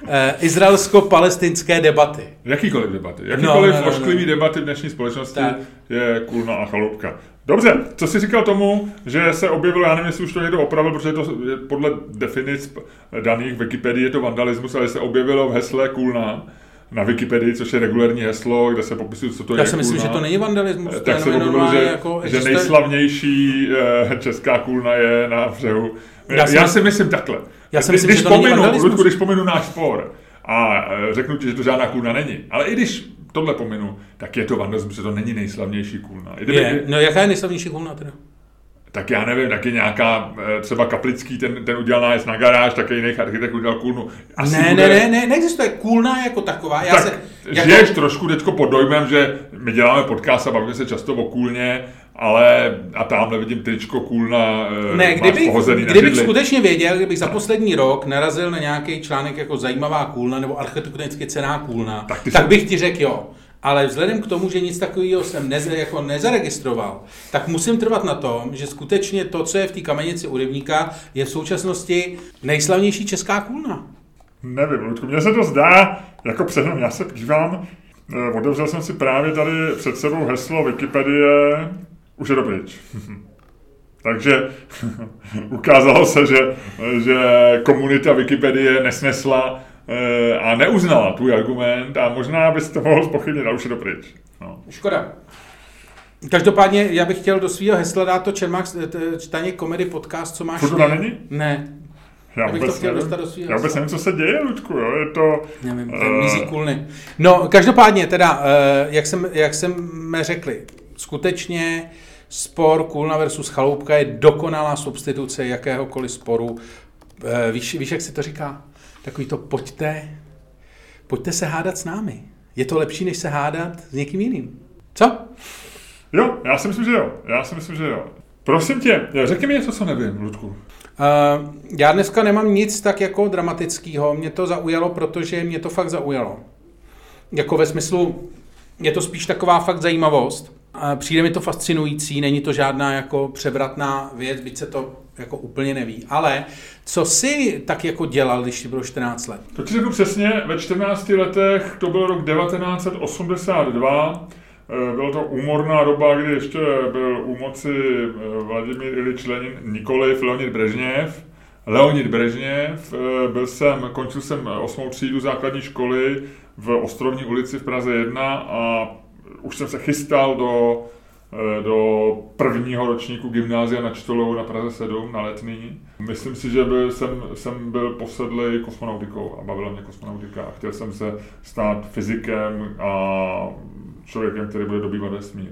izraelsko-palestinské debaty. Jakýkoliv debaty. Jakýkoliv no, no, no, ošklivý no. debaty v dnešní společnosti tak. je Kulna a Chaloupka. Dobře, co jsi říkal tomu, že se objevilo, já nevím, jestli už to někdo opravil, protože to je podle definic daných v Wikipedii je to vandalismus, ale se objevilo v hesle Kulna na Wikipedii, což je regulární heslo, kde se popisuje, co to já je. Já si myslím, Kulna. že to není vandalismus. Tak se objevilo, že, jako že nejslavnější uh, česká Kulna je na břehu. Já, já, já si si myslím takhle. Já si když, myslím, když že to pominu, není vandalismus. Ludku, když pominu náš spor a řeknu ti, že to žádná Kulna není, ale i když tohle pominu, tak je to vandalismus, že to není nejslavnější Kulna. Kdyby, je. No jaká je nejslavnější Kulna teda? Tak já nevím, taky nějaká, třeba Kaplický, ten, ten udělal nájezd na garáž, taky jiný architekt udělal Kulnu. Asi ne, bude... ne, ne, ne, neexistuje Kulna jako taková. Já tak se, žiješ jako... trošku teďko pod dojmem, že my děláme podcast a bavíme se často o Kulně, ale a tamhle vidím tričko Kulna, ne, kdybych, pohozený kdybych skutečně věděl, kdybych za poslední rok narazil na nějaký článek jako zajímavá Kulna nebo architektonicky cenná Kulna, tak, tak bych ti řekl jo. Ale vzhledem k tomu, že nic takového jsem nez, jako nezaregistroval, tak musím trvat na tom, že skutečně to, co je v té kamenici u Rybníka, je v současnosti nejslavnější česká Kulna. Nevím, Ludku, mně se to zdá, jako přehnám, já se dívám, otevřel jsem si právě tady před sebou heslo Wikipedie, už je to pryč. Takže ukázalo se, že, že komunita Wikipedie nesnesla a neuznala tvůj argument a možná bys to mohl zpochybnit a už je to pryč. No. Škoda. Každopádně já bych chtěl do svého hesla dát to Čermák čtaně komedy podcast, co máš. Furt to tam není? Ne. Já, já bych to chtěl nevím, dostat do svého Já vůbec nevím, co se děje, Ludku, jo, je to... Nevím, to je uh... mizí kulny. No, každopádně teda, jak, jsem, jak jsme řekli, skutečně spor Kulna versus Chaloupka je dokonalá substituce jakéhokoliv sporu. Víš, víš, jak se to říká? Takový to pojďte, pojďte se hádat s námi. Je to lepší, než se hádat s někým jiným. Co? Jo, já si myslím, že jo. Já si myslím, že jo. Prosím tě, řekni mi něco, co nevím, Ludku. Uh, já dneska nemám nic tak jako dramatického. Mě to zaujalo, protože mě to fakt zaujalo. Jako ve smyslu, je to spíš taková fakt zajímavost. Uh, přijde mi to fascinující, není to žádná jako převratná věc, byť se to jako úplně neví. Ale co jsi tak jako dělal, když ti bylo čtrnáct let? To ti řeknu přesně, ve čtrnácti letech, to byl rok devatenáct set osmdesát dva, byla to úmorná doba, kdy ještě byl u moci Vladimír Ilič Lenin, nikoliv Leonid Brežněv. Leonid Brežněv, byl jsem, končil jsem osmou třídu základní školy v Ostrovní ulici v Praze jedna a už jsem se chystal do do prvního ročníku gymnázia na Čtolou na Praze sedm, na Letný. Myslím si, že byl, jsem, jsem byl posedlý kosmonautikou a bavila mě kosmonautika a chtěl jsem se stát fyzikem a člověkem, který bude dobývat vesmír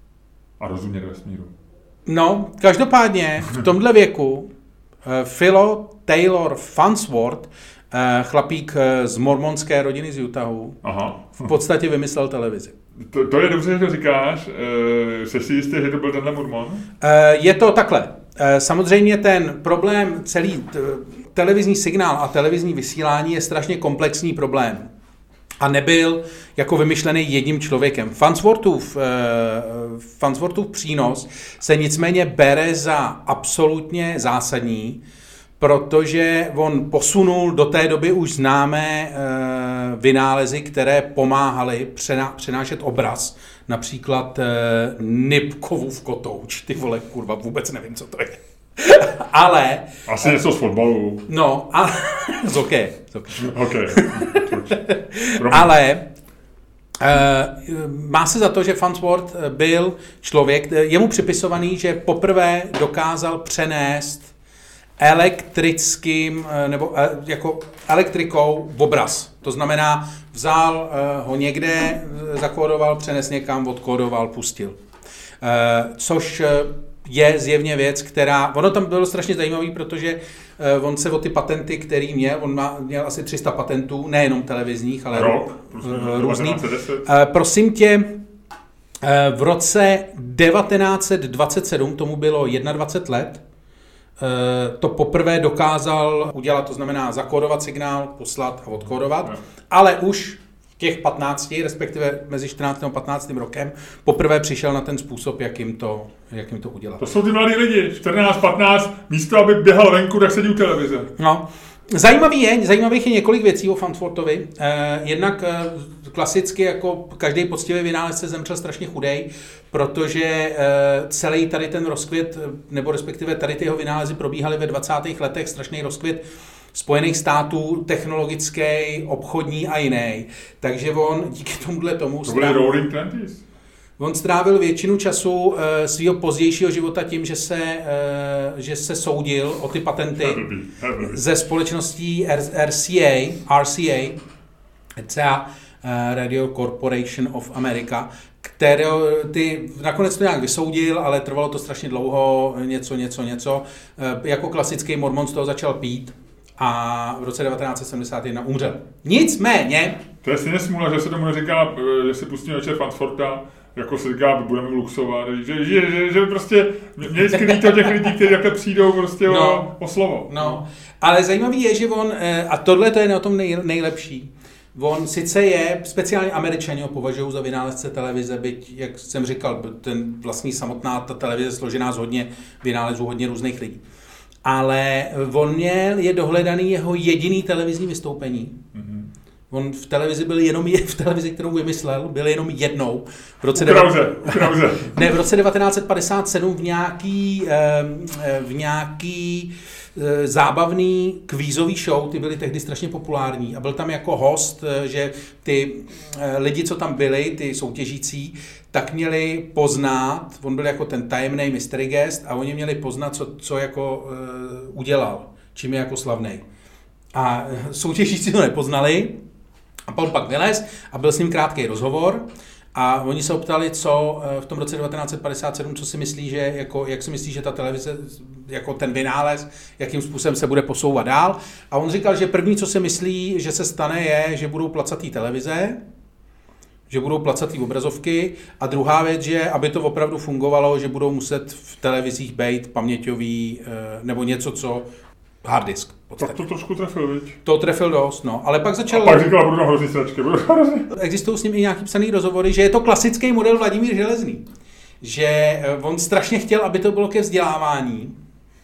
a rozumět vesmíru. No, každopádně v tomhle věku uh, Philo Taylor Farnsworth, uh, chlapík z mormonské rodiny z Utahu, Aha. v podstatě vymyslel televizi. To, to je dobře, že to říkáš. E, jsi si jistý, že to byl tenhle Mormon? E, je to takhle. E, samozřejmě ten problém, celý t, televizní signál a televizní vysílání je strašně komplexní problém. A nebyl jako vymyšlený jedním člověkem. Farnsworthův, e, Farnsworthův přínos se nicméně bere za absolutně zásadní, protože on posunul do té doby už známé e, vynálezy, které pomáhaly přená, přenášet obraz. Například e, Nipkovův kotouč. Ty vole, kurva, vůbec nevím, co to je. Ale... Asi něco z fotbalu. No, ale... z hokeje. Okay. Ale... Uh, má se za to, že Farnsworth byl člověk, je mu připisovaný, že poprvé dokázal přenést elektrickým, nebo jako elektrikou obraz. To znamená, vzal ho někde, zakódoval, přenes někam, odkódoval, pustil. Což je zjevně věc, která, ono tam bylo strašně zajímavý, protože on se o ty patenty, který měl, on má, měl asi tři sta patentů, nejenom televizních, ale Rok, různý. Prosím tě, v roce devatenáct set dvacet sedm, tomu bylo dvacet jedna let, to poprvé dokázal udělat, to znamená zakódovat signál, poslat a odkódovat, no. Ale už v těch patnácti, respektive mezi čtrnáctým a patnáctým rokem, poprvé přišel na ten způsob, jak jim to, jak jim to udělat. To jsou ty mladí lidi, čtrnáct patnáct, místo aby běhal venku, tak sedí u televize. No, Zajímavý je, zajímavých je několik věcí o Farnsworthovi. Eh, jednak eh, klasicky jako každý poctivý vynálezce zemřel strašně chudej, protože eh, celý tady ten rozkvět, nebo respektive tady ty jeho vynálezy probíhaly ve dvacátých letech, strašný rozkvět Spojených států, technologický, obchodní a jiný. Takže on díky tomuhle tomu... To byly Roaring Twenties. On strávil většinu času uh, svého pozdějšího života tím, že se, uh, že se soudil o ty patenty ze společností R C A, R C A, třeba uh, Radio Corporation of America, které ty nakonec to nějak vysoudil, ale trvalo to strašně dlouho, něco, něco, něco. Uh, jako klasický mormon z toho začal pít a v roce devatenáct set sedmdesát jedna umřel. Nicméně... To je stejně smůla, že se tomu neříká, že si pustíme večer Farnswortha, jako se říká, budeme luxovat, že, že, že, že prostě mě vždycky líto těch lidí, kteří takhle přijdou prostě no, o, o slovo. No, ale zajímavý je, že on, a tohle to je na tom nej, nejlepší, on sice je, speciálně Američani ho považují za vynálezce televize, byť, jak jsem říkal, ten vlastní samotná ta televize složená z hodně vynálezů, hodně různých lidí. Ale on měl, je dohledaný jeho jediný televizní vystoupení. Mm-hmm. On v televizi byl jenom je, v televizi, kterou vymyslel, byl jenom jednou. V roce, Krause, Krause. Ne, v roce devatenáct set padesát sedm v nějaký, v nějaký zábavný kvízový show, ty byly tehdy strašně populární a byl tam jako host, že ty lidi, co tam byli, ty soutěžící, tak měli poznat, on byl jako ten tajemný mystery guest a oni měli poznat, co, co jako uh, udělal, čím je jako slavnej. A soutěžící to nepoznali a on pak vylez a byl s ním krátký rozhovor a oni se optali, co v tom roce devatenáct set padesát sedm, co si myslí, že jako, jak si myslí, že ta televize, jako ten vynález, jakým způsobem se bude posouvat dál. A on říkal, že první, co si myslí, že se stane, je, že budou placatý televize, že budou placatý obrazovky a druhá věc, že aby to opravdu fungovalo, že budou muset v televizích být paměťový nebo něco, co hard disk. Tak to trošku trefil, viď? To trefil dost, no. Ale pak začal... A pak říkala, budu na hrozný sračky, budu hrozný. Existují s ním i nějaký psaný rozhovory, že je to klasický model Vladimír Železný. Že on strašně chtěl, aby to bylo ke vzdělávání.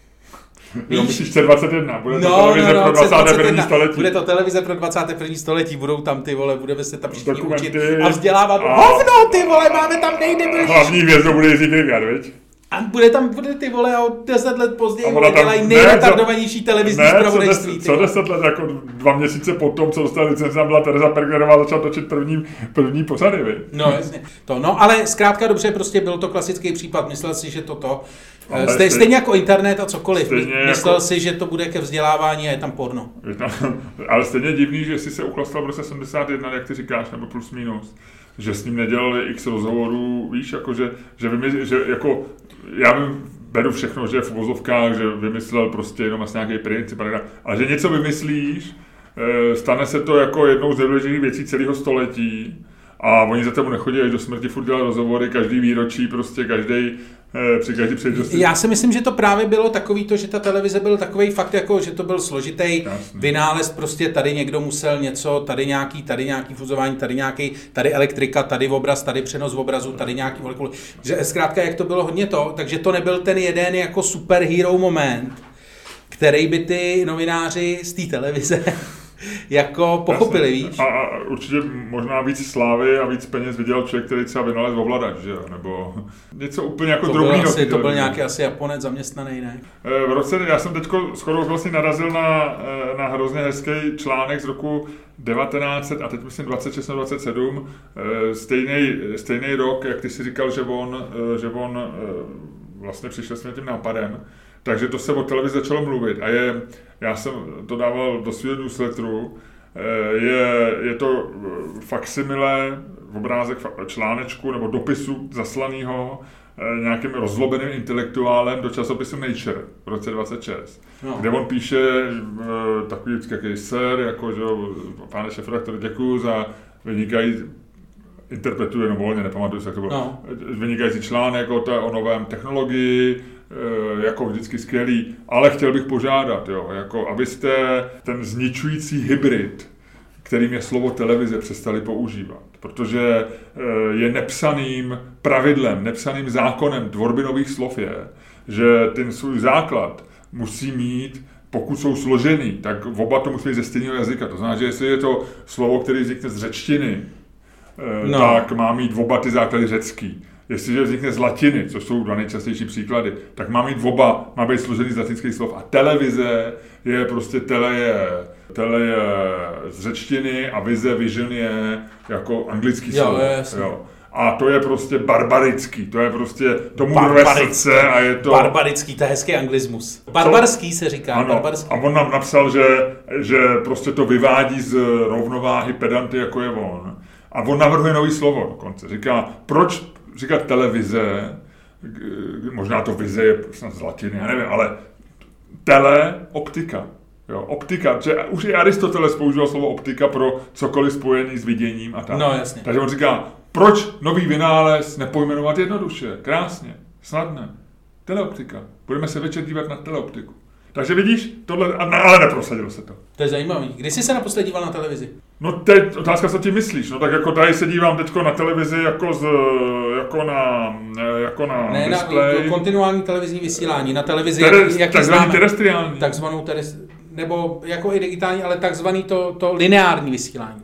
Jo, myslíš C dvacet jedna, bude to no, televize no, no, pro dvacáté první století. Bude to televize pro dvacáté první století, budou tam ty vole, budeme se tam všichni dokumenty učit a vzdělávat. A... Hovno, ty vole, máme tam nejdebilnější. Hlavní hvězdou bude Jiří Krygar, viď? A bude tam, bude ty vole, a o deset let později bude dělají nejretardovanější televizní zpravodajství. Co deset let, jako dva měsíce potom, co dostala licenci, tam byla Tereza Pergnerová a začala točit první, první posady, viď? No jasně, to, no, ale zkrátka dobře, prostě byl to klasický případ, myslel si, že toto, Stej, stejně, stejně jako internet a cokoliv, myslel jako... si, že to bude ke vzdělávání a je tam porno. Je tam, ale stejně divný, že jsi se uchlastal v roce sedmdesát jedna, jak ty říkáš, nebo plus minus, že s ním nedělali x rozhovorů, víš, jako že, že, vymysl, že jako, já vím, beru všechno, že je v uvozovkách, že vymyslel prostě jenom asi nějaký princip, ale že něco vymyslíš, stane se to jako jednou z nejdůležitějších věcí celého století a oni za tebou nechodí až do smrti, furt dělají rozhovory, každý výročí, prostě každý při každý příležitosti. Já si myslím, že to právě bylo takový to, že ta televize byl takový fakt jako, že to byl složitý vynález, prostě tady někdo musel něco, tady nějaký, tady nějaký fuzování, tady nějaký, tady elektrika, tady obraz, tady přenos obrazu, tady nějaký molekuly. Zkrátka, jak to bylo hodně to, takže to nebyl ten jeden jako superhero moment, který by ty novináři z té televize jako pochopili, víš? A, a určitě možná víc slávy a víc peněz viděl člověk, který třeba vynalez ovladač, že jo? Nebo něco úplně jako drobného. To byl nějaký asi Japonec zaměstnaný, ne? V roce, já jsem teďko shodou vlastně narazil na, na hrozně hezký článek z roku devatenáct set a teď myslím dvacet šest dvacet sedm, stejný, stejný rok, jak ty si říkal, že on, že on vlastně přišel s tím nápadem. Takže to se o televizi začalo mluvit a je, já jsem to dával do svého newsletteru, je, je to faksimile, obrázek článečku nebo dopisu zaslanýho nějakým rozlobeným intelektuálem do časopisu Nature v roce dvacet šest, no. Kde on píše takový jaký sir, jako že pane šéfredaktor, děkuju za vynikající, interpretuje jenom volně, nepamatuju se, jak to bylo, no. Vynikající článek o, té, o novém technologii, jako vždycky skvělý, ale chtěl bych požádat, jo, jako abyste ten zničující hybrid, kterým je slovo televize, přestali používat, protože je nepsaným pravidlem, nepsaným zákonem tvorby nových slov je, že ten svůj základ musí mít pokud jsou složený, tak oba to musí být ze stejného jazyka. To znamená, že jestli je to slovo, které vznikne z řečtiny, no. tak má mít oba ty základy řecký. Jestliže vznikne z latiny, což jsou dva nejčastější příklady, tak má mít oba, má být složený z latinských slov. A televize je prostě tele je, tele je z řečtiny a vize, vision je jako anglický jo, slovo. Jo. A to je prostě barbarický, to je prostě tomu rve srdce a je to... Barbarický, to je hezký anglismus. Barbarský se říká, ano, barbarský. A on nám napsal, že, že prostě to vyvádí z rovnováhy pedanty, jako je on. A on navrhuje nový slovo dokonce. Říká, proč říkat televize, možná to vize je snad z latiny, já nevím, ale teleoptika. Jo, optika, že už i Aristoteles používal slovo optika pro cokoliv spojený s viděním a tak. No, jasně. Takže on říká, proč nový vynález nepojmenovat jednoduše, krásně, snadné. Teleoptika. Budeme se večer dívat na teleoptiku. Takže vidíš, tohle, ale neprosadilo se to. To je zajímavý. Kdy jsi se naposledy díval na televizi? No teď, otázka, co ti myslíš? No tak jako tady se dívám teďko na televizi jako z, jako na, jako na ne, display. Na kontinuální televizní vysílání, na televizi, Teres, jak, jak takzvaný terestriální. Takzvanou teres, nebo jako i digitální, ale takzvaný to, to lineární vysílání.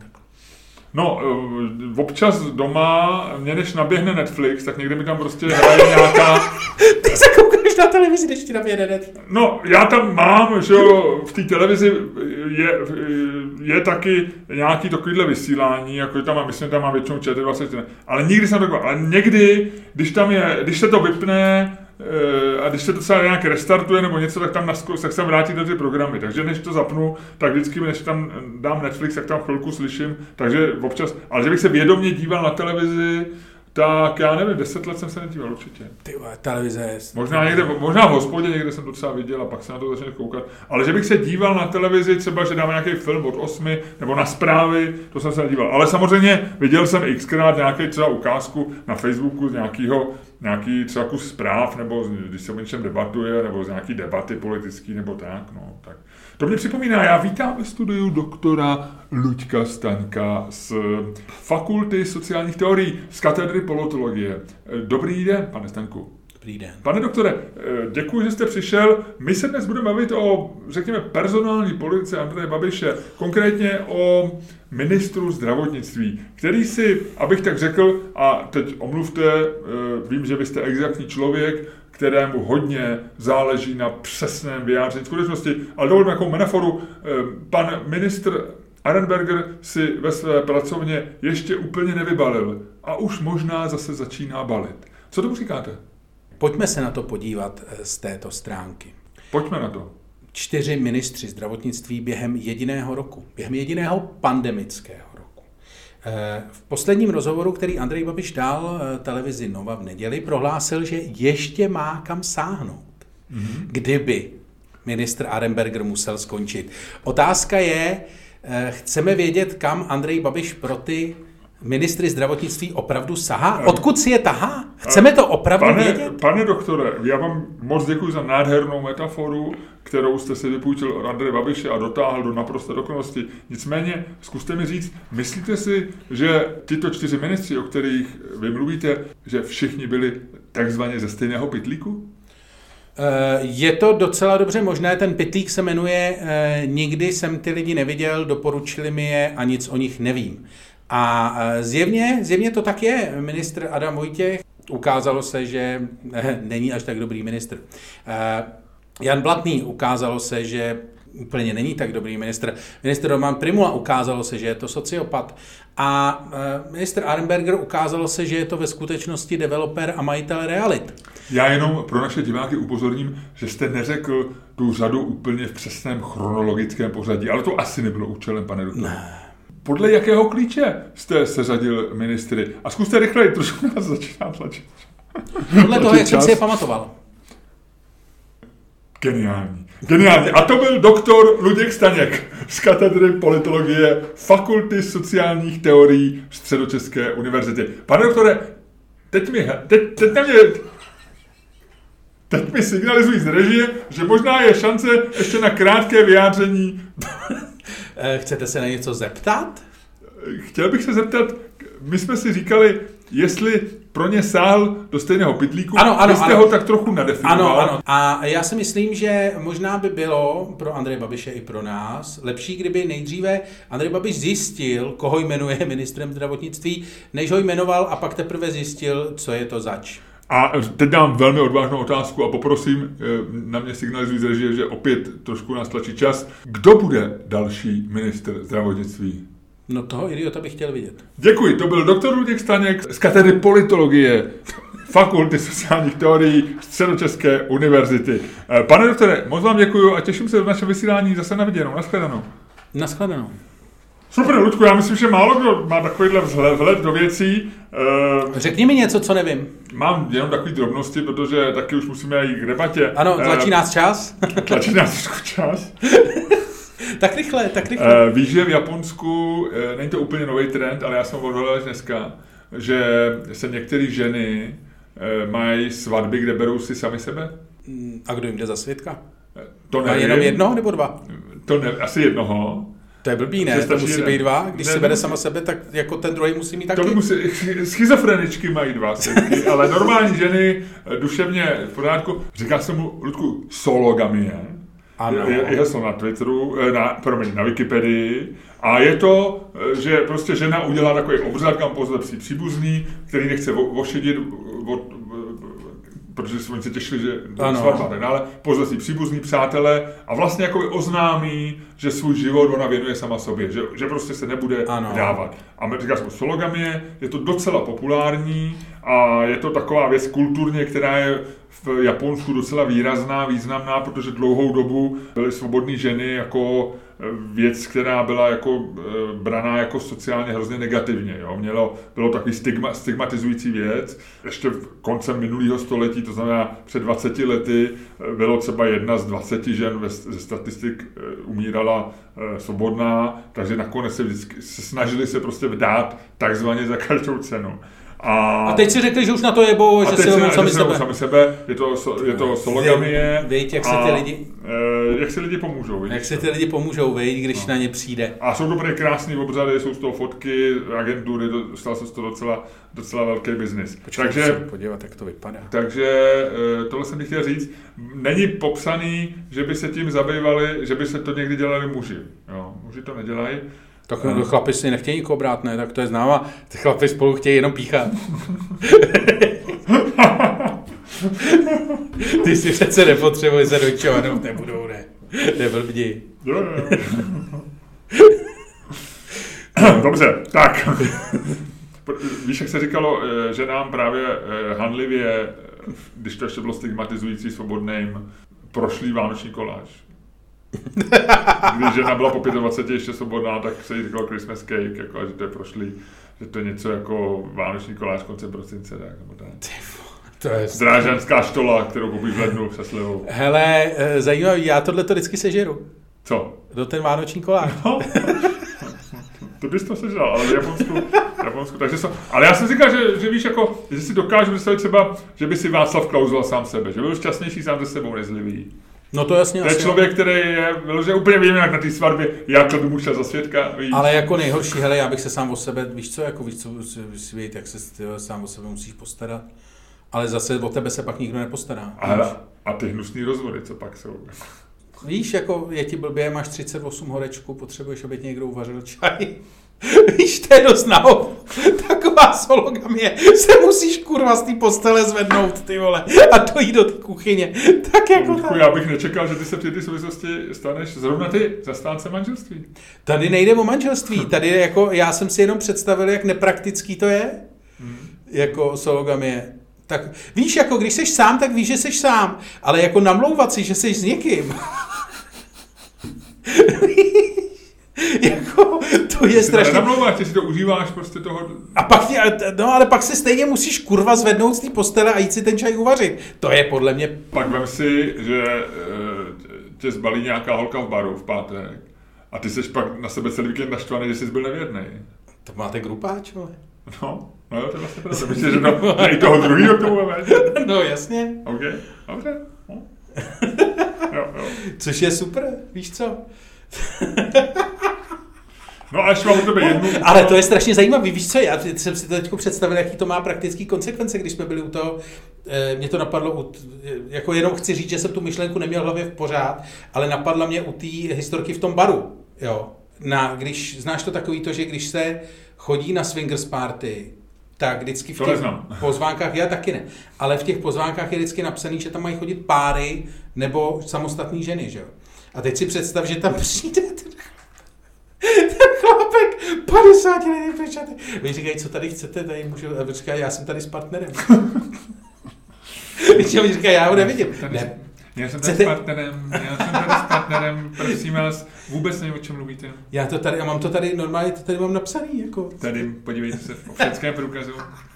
No, občas doma, mě než naběhne Netflix, tak někde mi tam prostě hraje nějaká... Ty se koukáš na televizi, než ti naběhne Netflix. No, já tam mám, že jo, v té televizi je, je taky nějaký takovýhle vysílání, jako tam mám, myslím, tam mám většinou Č T dvacet čtyři, ale nikdy jsem to ale někdy, když tam je, když se to vypne, a když se to celé nějak restartuje nebo něco, tak tam naskous, tak se vrátí do ty programy. Takže než to zapnu, tak vždycky, než tam dám Netflix, tak tam chvilku slyším. Takže občas, ale že bych se vědomě díval na televizi, tak já nevím, deset let jsem se nedíval určitě. Ty televize je... Možná někde, možná v hospodě někde jsem to třeba viděl a pak se na to začal koukat. Ale že bych se díval na televizi, třeba, že dáme nějaký film od osmi, nebo na zprávy, to jsem se nedíval. Ale samozřejmě viděl jsem xkrát nějaký třeba ukázku na Facebooku z nějakého, nějaký třeba kus zpráv, nebo když se o něčem debatuje, nebo z nějaký debaty politický, nebo tak, no, tak. To mě připomíná, já vítám ve studiu doktora Luďka Staňka z Fakulty sociálních teorií, z katedry politologie. Dobrý den, pane Staňku. Dobrý den. Pane doktore, děkuji, že jste přišel. My se dnes budeme bavit o, řekněme, personální politice Andreje Babiše, konkrétně o ministru zdravotnictví, který si, abych tak řekl, a teď omluvte, vím, že vy jste exaktní člověk, kterému hodně záleží na přesném vyjádření skutečnosti, ale dovolím nějakou metaforu. Pan ministr Arenberger si ve své pracovně ještě úplně nevybalil a už možná zase začíná balit. Co tomu říkáte? Pojďme se na to podívat z této stránky. Pojďme na to. Čtyři ministři zdravotnictví během jediného roku, během jediného pandemického roku. V posledním rozhovoru, který Andrej Babiš dal televizi Nova v neděli, prohlásil, že ještě má kam sáhnout, mm-hmm. kdyby ministr Arenberger musel skončit. Otázka je, chceme vědět, kam Andrej Babiš pro ty ministry zdravotnictví opravdu sahá? Odkud si je tahá? Chceme to opravdu pane, vědět? Pane doktore, já vám moc děkuji za nádhernou metaforu, kterou jste si vypůjčil od Andreje Babiše a dotáhl do naprosté dokonalosti. Nicméně, zkuste mi říct, myslíte si, že tyto čtyři ministři, o kterých vy mluvíte, že všichni byli takzvaně ze stejného pytlíku? Je to docela dobře možné, ten pytlík se jmenuje Nikdy jsem ty lidi neviděl, doporučili mi je a nic o nich nevím. A zjevně, zjevně to tak je. Ministr Adam Vojtěch, ukázalo se, že není až tak dobrý ministr. Jan Blatný, ukázalo se, že úplně není tak dobrý ministr. Ministr Roman Prymula, ukázalo se, že je to sociopat. A ministr Arenberger, ukázalo se, že je to ve skutečnosti developer a majitel realit. Já jenom pro naše diváky upozorním, že jste neřekl tu řadu úplně v přesném chronologickém pořadí, ale to asi nebylo účelem, pane doktore. Ne. Podle jakého klíče jste seřadil ministry? A zkuste rychleji, trošku nás začíná tlačit. Podle toho, jak jsem si je pamatoval. Geniální. Geniální. A to byl doktor Luděk Staněk z katedry politologie Fakulty sociálních teorií Středočeské univerzity. Pane doktore, teď mi, teď, teď na mě, teď mi signalizují z režie, že možná je šance ještě na krátké vyjádření. Chcete se na něco zeptat? Chtěl bych se zeptat, my jsme si říkali, jestli pro ně sáhl do stejného pytlíku, ano, ano, vy jste ano. ho tak trochu nadefinoval. Ano, ano. A já si myslím, že možná by bylo pro Andreje Babiše i pro nás lepší, kdyby nejdříve Andrej Babiš zjistil, koho jmenuje ministrem zdravotnictví, než ho jmenoval a pak teprve zjistil, co je to zač. A teď dám velmi odvážnou otázku a poprosím, na mě signalizují z režie, že opět trošku nás tlačí čas. Kdo bude další ministr zdravotnictví? No toho idiota bych chtěl vidět. Děkuji, to byl doktor Luděk Staněk z katedry politologie Fakulty sociálních teorií Středočeské univerzity. Pane doktore, moc vám děkuji a těším se v našem vysílání zase na viděnou. Naschledanou. Naschledanou. Super, Ludku, já myslím, že málo kdo má takovýhle vhled do věcí. Řekni mi něco, co nevím. Mám jenom takové drobnosti, protože taky už musíme jít k debatě. Ano, tlačí nás čas. Tlačí nás trošku čas. Tak rychle, tak rychle. Víš, že v Japonsku, není to úplně nový trend, ale já jsem odhalil až dneska, že se některé ženy mají svatby, kde berou si sami sebe. A kdo jim jde za svědka? To nevím. A jenom jednoho nebo dva? To ne, asi jednoho. To je blbý, ne? To musí jeden. Být dva. Když ne, si bere sama sebe, tak jako ten druhý musí mít taky. To musí, schizofreničky mají dva svědky, ale normální ženy duševně v pořádku. Říká se mu, Ludku, sologamie. Ano. Je, je heslo na Twitteru, na, promiň, na Wikipedii. A je to, že prostě žena udělá takový obřad, kam pozve psí příbuzný, který nechce ošidit, protože jsme se těšili, že svatba tak dále, pozve si příbuzný přátelé a vlastně jako oznámí, že svůj život ona věnuje sama sobě, že, že prostě se nebude ano. dávat. A my říkáme sologamie, je to docela populární a je to taková věc kulturně, která je v Japonsku docela výrazná, významná, protože dlouhou dobu byly svobodné ženy jako věc, která byla jako braná jako sociálně hrozně negativně. Jo? Mělo, bylo takový stigma, stigmatizující věc. Ještě v koncem minulého století, to znamená před dvaceti lety, bylo třeba jedna z dvaceti žen ve, ze statistik umírala svobodná, takže nakonec se, vždycky, se snažili se prostě vdát takzvaně za každou cenu. A, a teď si řekli, že už na to jebou, že si vezmou sami sebe. sami sebe. Je to, je to sologamie. Víď, jak se ty lidi... E, jak se lidi pomůžou. Vidíš? Jak se ty lidi pomůžou, víď, když no. na ně přijde. A jsou dobré krásné obřady, jsou z toho fotky, agentury, dostal se z toho docela, docela velký biznis. Počkej, takže se podívat, jak to vypadá. Takže tohle jsem chtěl říct. Není popsaný, že by se tím zabývali, že by se to někdy dělali muži. Jo, muži to nedělají. Tak no. Chlapi si nechtějí nikoho brát, ne? Tak to je známa. Ty chlapi spolu chtějí jenom píchat. Ty si přece nepotřebuješ se dojčovat, no nebudou, ne? Neblbdi. Jo, jo. Dobře, tak. Víš, jak se říkalo, že nám právě hanlivě, když to ještě bylo stigmatizující svobodným, prošlý vánoční koláž. Když žena byla po dvaceti pěti ještě svobodná, tak se jí říkalo Christmas cake, jako, že to je prošlý, že to je něco jako vánoční kolář koncem prosince. Tak, nebo tak. To je Drážďanská štola, kterou koupíš v lednu se slivou. Hele, zajímavý, já tohle to vždycky sežeru. Co? Do ten vánoční kolář. No. To bys to sežral, ale v Japonsku, v Japonsku, takže so, ale já jsem říkal, že, že víš, jako, že si dokážu představit třeba, že by si Václav Klaus vzal sám sebe, že byl šťastnější sám ze sebou nezlivý. No to jasně. To je člověk, který je že úplně vidím jak na té svatbě, jak to by mu šel za svědka. Víš. Ale jako nejhorší, hele, já bych se sám o sebe, víš co, jako víš co, víš, jak se tyhle, sám o sebe musíš postarat. Ale zase o tebe se pak nikdo nepostará. A, a ty hnusný rozvody, co pak jsou? Víš, jako je ti blbě, máš třicet osm horečku, potřebuješ, aby ti někdo uvařil čaj. Víš, to je dost nahoru. Taková sologamie. Se musíš kurva z té postele zvednout, ty vole, a dojít do té kuchyně. Tak jako Ludku, já bych nečekal, že ty se v této souvislosti staneš zrovna ty zastánce manželství. Tady nejde o manželství. Tady jako, já jsem si jenom představil, jak nepraktický to je. Hmm. Jako sologamie. Tak víš, jako když seš sám, tak víš, že seš sám. Ale jako namlouvat si, že seš s někým. Jako, to je strašně... Nenamlouváš, ty si to užíváš prostě toho... A pak tě, no ale pak se stejně musíš kurva zvednout z té postele a jít si ten čaj uvařit. To je podle mě... Pak vem si, že tě zbalí nějaká holka v baru v pátek a ty seš pak na sebe celý víkend naštvaný, že jsi byl nevěrnej. To máte grupáč, vole. No, no jo, to je vlastně pravda. Myslím, že no, i toho druhýho k tomu máme. No jasně. OK, dobře. No. Jo, jo. Což je super, víš co? No a ještě mám u tebe jednu. Ale to je strašně zajímavý, víš co, já jsem si to teď představil, jaký to má praktický konsekvence, když jsme byli u toho, e, mě to napadlo, u, jako jenom chci říct, že jsem tu myšlenku neměl v hlavě v pořád, ale napadla mě u té historky v tom baru, jo. Na, když, znáš to takový to, že když se chodí na swingers party, tak vždycky v těch pozvánkách, já taky ne, ale v těch pozvánkách je vždycky napsaný, že tam mají chodit páry nebo samostatné ženy, že jo. A teď si představ, že tam přijde ten, ten chlapek, padesát let pečaty. Vy říkají, co tady chcete, tady můžu, a říkají, já jsem tady s partnerem. Víš, oni říkají, já ho nevidím. Ne. Já jsem tady s partnerem, já jsem tady s partnerem, prosím vás, vůbec nevím, o čem mluvíte. Já to tady, a mám to tady normálně, to tady mám napsaný, jako. Tady, podívejte se, v občanském průkazu,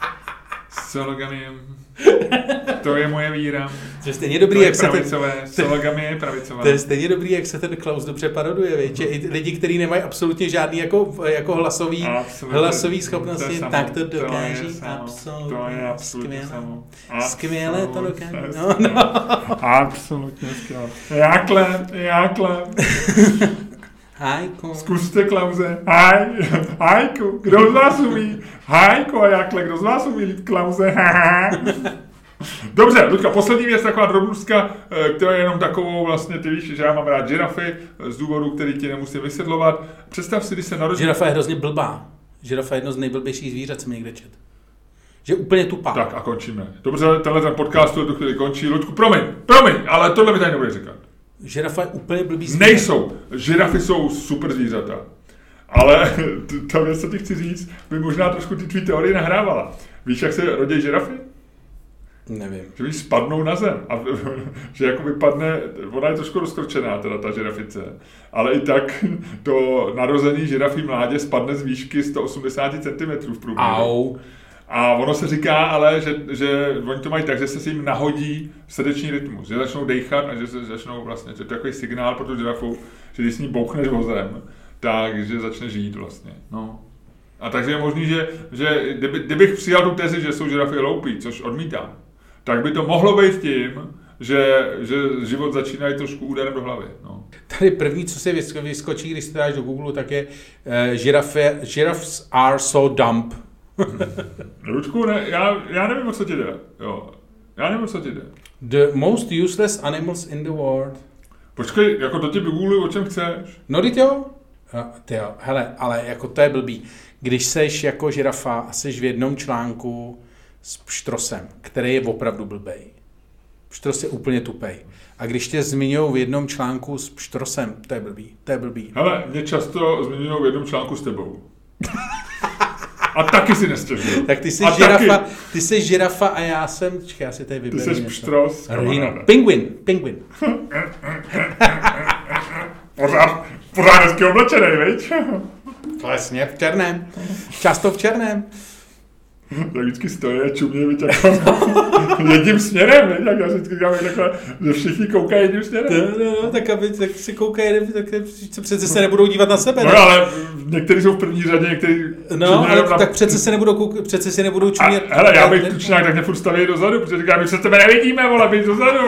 s sologamiem, to je moje víra. To je stejně dobrý, to je jak pravicové, se ten, sologamy je pravicová. To je stejně dobrý, jak se ten Klaus dobře paroduje, víš, že i lidi, kteří nemají absolutně žádný jako, jako hlasový, hlasový schopnosti, to tak to dokáží absolutně. To je absolutně samo. Skvěle to dokáží. No, no. Absolutně skvěle. Jákle, jákle. Hajko. Zkuste, Klauze. Haj, hajku. Kdo z vás umí? Hajko a jákle, kdo z vás umí lít, Klauze? Dobře, Luďka, poslední věc, taková drobnostka, která je jenom takovou, vlastně, ty víš, že já mám rád žirafy, z důvodu, který ti nemusím vysvětlovat. Představ si, když se narodí... Žirafa je hrozně blbá. Žirafa je jedno z nejblbějších zvířat, jsem někde čet. Že úplně tupá. Tak a končíme. Dobře, tenhle ten podcast tu chvíli končí. Luďku, promiň, promiň, ale tohle mi tady nebude říkat. Žirafa je úplně blbý zvířat. Nejsou. Žirafy jsou super zvířata. Ale ta věc, co ti chci říct, by možná trošku ty tvý teorie nahrávala. Víš, jak se rodí žirafy? Nevím. Že víš, spadnou na zem. A že jako vypadne, ona je trošku rozkročená, teda ta žirafice. Ale i tak to narození žirafí mládě spadne z výšky sto osmdesát centimetrů v průměru. Au. A ono se říká ale, že, že oni to mají tak, že se jim nahodí srdeční rytmus, že začnou dejchat a že se začnou vlastně, že to je takový signál pro tu žirafu, že když s ní bouchneš vozem, takže začne žít vlastně. No. A takže je možný, že, že kdyby, kdybych přijal tu tezi, že jsou žirafy hloupí, což odmítám, tak by to mohlo být tím, že, že život začíná trošku úderem do hlavy. No. Tady první, co se vyskočí, když se dáš do Google, tak je uh, žirafy, giraffes are so dumb. Luďku, ne, já, já nevím, o co ti jde. Jo. Já nevím, o co ti jde. The most useless animals in the world. Počkej, jako to ti vygoogluji, o čem chceš. No, teď jo. Ty jo, hele, ale jako to je blbý. Když seš jako žirafa a seš v jednom článku s pštrosem, který je opravdu blbej. Pštros je úplně tupej. A když tě zmiňujou v jednom článku s pštrosem, to je blbý, to je blbý. Hele, mě často zmiňujou v jednom článku s tebou. A taky si nestěžuju. Tak ty jsi žirafa, ty jsi žirafa a já jsem, čekaj, já si tady vyberu. Ty jsi pštros. Pingvin, pingvin. Pořád, pořád hezky oblečenej, viď? Vlastně, v černém. Často v černém. Tak vždycky stojí a čumě, viď, jako jedním směrem, viď, jak já vždycky říkám, takhle, že všichni koukají jedním směrem. No, no, no, tak aby tak si koukají, tak přece se nebudou dívat na sebe. No, ale někteří jsou v první řadě, někteří... No, ale na... tak přece se nebudou koukat, přece si nebudou čumět. A, hele, já bych tučňák tak nefurt stavěl dozadu, protože říkám, my se tebe nevidíme, vole, běž dozadu.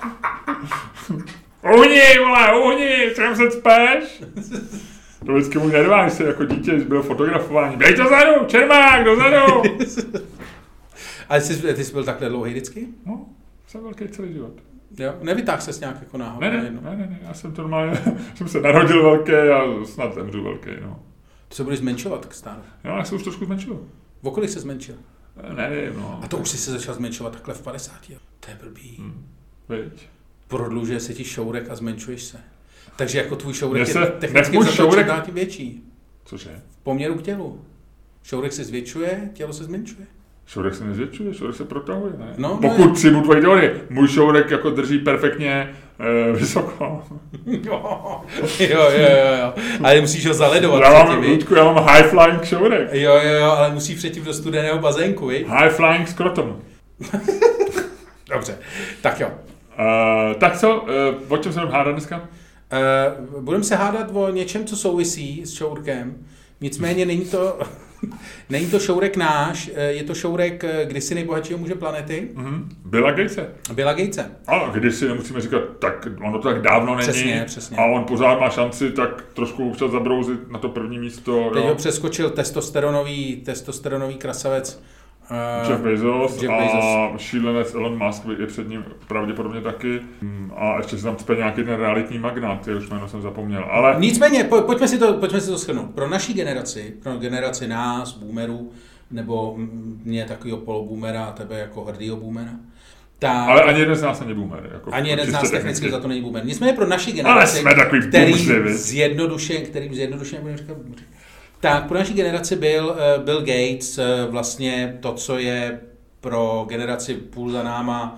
Uhni, vole, uhni, čem se cpeš? To vždycky můj nervá, když se jako dítě bylo fotografování. Běž dozadu, Čermák, dozadu! Ale jsi, ty jsi byl takhle dlouhý vždycky? No, jsem velký celý život. Jo, nevytáhl ses nějak jako náhodou? Ne, ne, ne, ne, ne, já jsem to normálně, jsem se narodil velký a snad zemřu velký, no. Ty se budeš zmenšovat, tak stále? Jo, já se už trošku zmenšil. O kolik se zmenšil? Nevím, no. A to už jsi se začal zmenšovat takhle v padesáti. To je blbý. Hmm, viď. Prodlužuje se ti šourek a zmenšuješ se. Takže jako tvůj šourek se, je technicky šourek... tím větší. Cože? V poměru k tělu. Šourek se zvětšuje, tělo se zmenšuje. Šourek se nezvětšuje, šourek se protahuje, ne? No, pokud ne. si mu tvojí teorie, můj šourek jako drží perfektně e, vysoko. jo, jo, jo, jo. Ale musíš ho zaledovat. Já mám, Ludku, já mám high flying šourek. Jo, jo, jo, ale musí předtím do studeného bazénku, viď? High flying skrotum. Dobře, tak jo. Uh, tak co, uh, o čem se budeme hádat dneska? Uh, budeme se hádat o něčem, co souvisí s šourkem. Nicméně není to, není to šourek náš, je to šourek kdysi nejbohatšího muže planety. Mm-hmm. Billa Gatese. Billa Gatese. A kdysi nemusíme říkat, tak ono to tak dávno není. Přesně, přesně. A on pořád má šanci tak trošku občas zabrouzit na to první místo. Teď jo. ho přeskočil testosteronový, testosteronový krasavec. Uh, Jeff Bezos Jeff a Bezos. šílenec Elon Musk je před ním pravděpodobně taky. A ještě se tam cpe nějaký ten realitní magnát, už jméno jsem zapomněl. Ale... Nicméně, po, pojďme si to, pojďme si to shrnout. Pro naši generaci, pro generaci nás, boomerů, nebo mě takového poloboomera a tebe jako hrdýho boomera. Ta... Ale ani jeden z nás není boomer. Jako ani jeden z nás technicky, technicky za to není boomer. Nicméně pro naši generaci, kterým zjednodušen, kterým zjednodušen, budeme říkat boomer. Tak pro naši generaci byl uh, Bill Gates uh, vlastně to, co je pro generaci půl za náma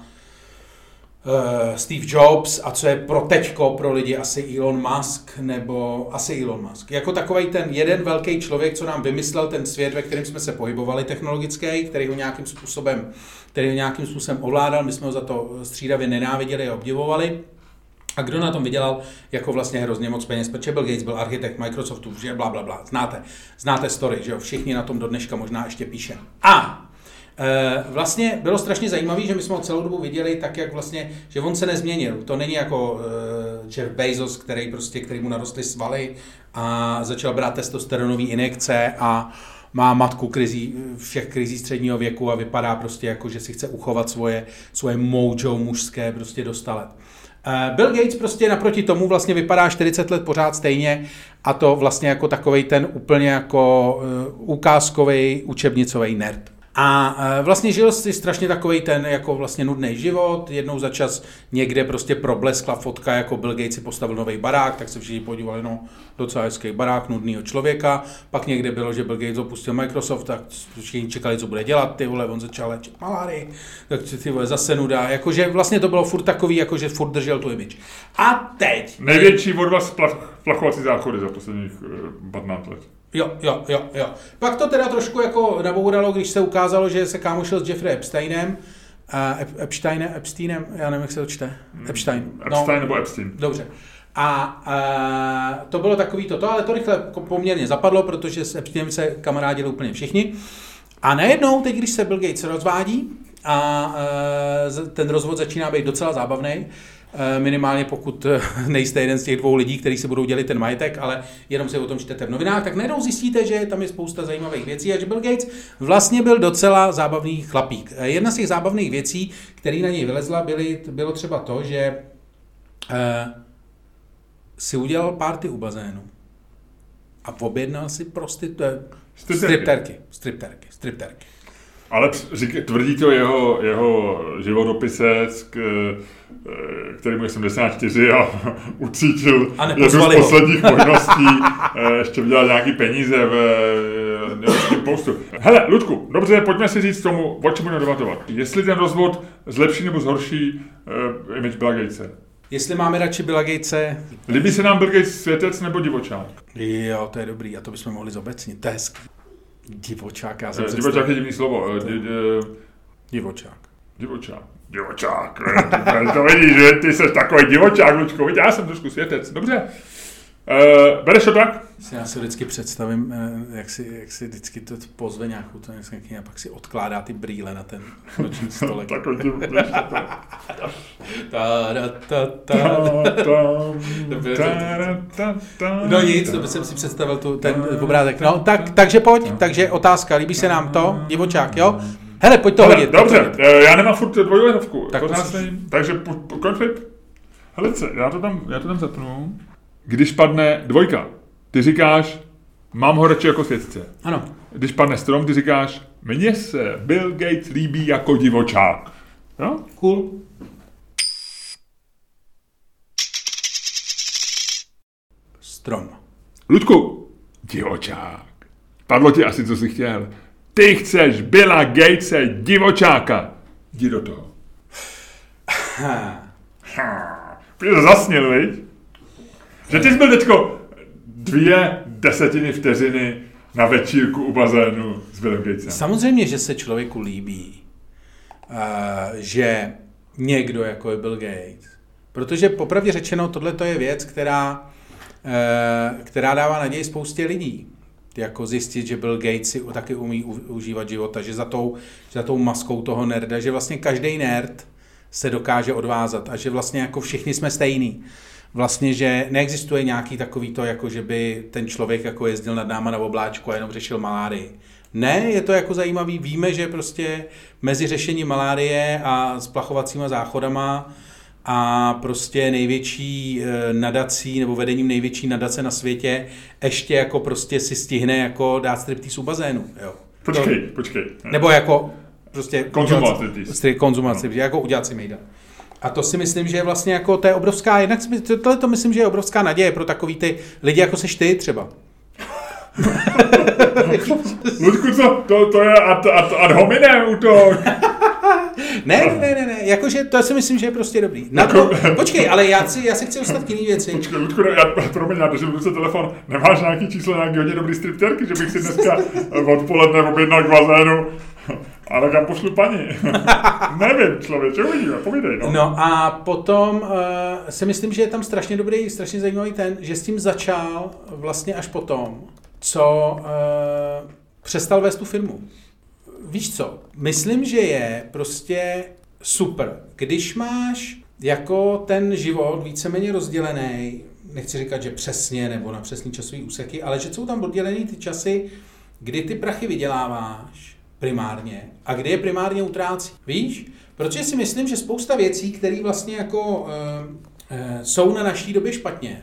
uh, Steve Jobs a co je pro teďko pro lidi asi Elon Musk nebo asi Elon Musk. Jako takovej ten jeden velký člověk, co nám vymyslel ten svět, ve kterém jsme se pohybovali technologický, který ho nějakým způsobem, který ho nějakým způsobem ovládal, my jsme ho za to střídavě nenáviděli a obdivovali. A kdo na tom vydělal jako vlastně hrozně moc peněz, protože Bill Gates byl architekt Microsoftu, že bla, bla, bla. Znáte, znáte story, že jo, všichni na tom do dneška možná ještě píše. A e, vlastně bylo strašně zajímavé, že my jsme ho celou dobu viděli tak, jak vlastně, že on se nezměnil. To není jako e, Jeff Bezos, který prostě, který mu narostly svaly a začal brát testosteronové injekce a má matku krizí, všech krizí středního věku a vypadá prostě jako, že si chce uchovat svoje, svoje mojo mužské prostě do sta let. Bill Gates prostě naproti tomu vlastně vypadá čtyřicet let pořád stejně a to vlastně jako takovej ten úplně jako ukázkovej učebnicový nerd. A vlastně žil si strašně takovej ten jako vlastně nudný život, jednou za čas někde prostě probleskla fotka, jako Bill Gates si postavil nový barák, tak se všichni podívali, no docela hezký barák nudného člověka, pak někde bylo, že Bill Gates opustil Microsoft, tak všichni čekali, co bude dělat, ty vole, on začal léčit malárii, tak ty vole zase nuda, jakože vlastně to bylo furt takový, jakože furt držel tu image. A teď... Největší odvaz plachovací záchody za posledních patnáct let. Jo, jo, jo, jo. Pak to teda trošku jako nabouralo, když se ukázalo, že se kámošil s Jeffrey Epsteinem. Uh, Epsteinem, Epsteinem, já nevím, jak se to čte. Epstein. Epstein no, nebo Epstein. Dobře. A uh, to bylo takový toto, ale to rychle poměrně zapadlo, protože s Epsteinem se kamarádili úplně všichni. A najednou, teď když se Bill Gates rozvádí a uh, ten rozvod začíná být docela zábavný, minimálně pokud nejste jeden z těch dvou lidí, kteří se budou dělit ten majetek, ale jenom si o tom čtete v novinách, tak najednou zjistíte, že tam je spousta zajímavých věcí a že Bill Gates vlastně byl docela zábavný chlapík. Jedna z těch zábavných věcí, které na něj vylezla, byly, bylo třeba to, že eh, si udělal party u bazénu a objednal si prostitutky. Stripterky. Stripterky. Stripterky. Ale řík, tvrdí to jeho, jeho životopisec, k, který mu je sedmdesát čtyři a ucítil jednu z posledních možností ještě vydělat nějaký peníze v New Yorkském Postu. Hele, Ludku, dobře, pojďme si říct tomu, o čem budeme debatovat. Jestli ten rozvod zlepší nebo zhorší uh, image Billa Gatese? Jestli máme radši Billa Gatese... Líbí se nám Bill Gates světec nebo divočák? Jo, to je dobrý, a to bychom mohli zobecnit, to je hezký. Divočák, já jsem eh, Divočák je divný slovo. To... Divočák. Divočák. Divočák. To vidíš, že ty jsi takový divočák, Lučko. Vidíš, já jsem trošku světec. Dobře. Uh, bereš to tak? Já si vždycky představím, jak si, jak si vždycky to pozve nějakou to a pak si odkládá ty brýle na ten noční stolek. Tak ti No nic, to by jsem si představil tu, ten obrázek. No, tak, takže pojď, takže otázka, líbí se nám to, divočák, jo? Hele, pojď to Hele, hodit. Dobře, hodit. Já nemám furt dvojletovku, tak takže konflikt. Hele, já to tam, já to tam zapnu. Když padne dvojka, ty říkáš, mám ho radši jako světce. Ano. Když padne strom, ty říkáš, mně se Bill Gates líbí jako divočák. Jo? Cool. Strom. Ludku, divočák. Padlo ti asi, co jsi chtěl. Ty chceš Billa Gatese divočáka. Jdi do toho. Ha. Ha. Ty to zasněl, viď? Že ty jsi byl teďko dvě desetiny vteřiny na večírku u bazénu s Billem Gatesem. Samozřejmě, že se člověku líbí, uh, že někdo jako je Bill Gates. Protože popravdě řečeno, tohle je věc, která, uh, která dává naději spoustě lidí. jako zjistit, že Bill Gates si taky umí u, užívat života, že za tou, že za tou maskou toho nerda, že vlastně každý nerd se dokáže odvázat a že vlastně jako všichni jsme stejný. Vlastně, že neexistuje nějaký takový to, jako že by ten člověk jako jezdil nad náma na obláčku a jenom řešil malárii. Ne, je to jako zajímavý. Víme, že prostě mezi řešením malárie a splachovacíma záchodama a prostě největší nadací nebo vedením největší nadace na světě ještě jako prostě si stihne jako dát striptease u bazénu. Jo. Počkej, to, počkej. Nebo jako prostě konzumovat striptease. Konzumovat striptease, jako udělat si mejda. A to si myslím, že je vlastně jako, to je obrovská, jednak tohle to myslím, že je obrovská naděje pro takový ty lidi, jako seš ty třeba. Luďku, co? To, to je ad, ad, ad hominem útok. Ne, ne, ne, ne, jakože to si myslím, že je prostě dobrý. Na to, počkej, ale já si, já si chci dostat k jiný věci. Počkej, Luďku, já, promiň, já držím v ruce telefon. Nemáš nějaký číslo, nějaký hodně dobrý striptérky, že bych si dneska odpoledne objednal k bazénu. Ale kam pošlu paní? Nevím, člověče, uvidíme, povídej. No. no a potom uh, si myslím, že je tam strašně dobrý, strašně zajímavý ten, že s tím začal vlastně až potom, co uh, přestal vést tu firmu. Víš co, myslím, že je prostě super, když máš jako ten život víceméně rozdělený, nechci říkat, že přesně nebo na přesný časový úseky, ale že jsou tam oddělený ty časy, kdy ty prachy vyděláváš primárně a kdy je primárně utrácí. Víš? Protože si myslím, že spousta věcí, které vlastně jako e, e, jsou na naší době špatně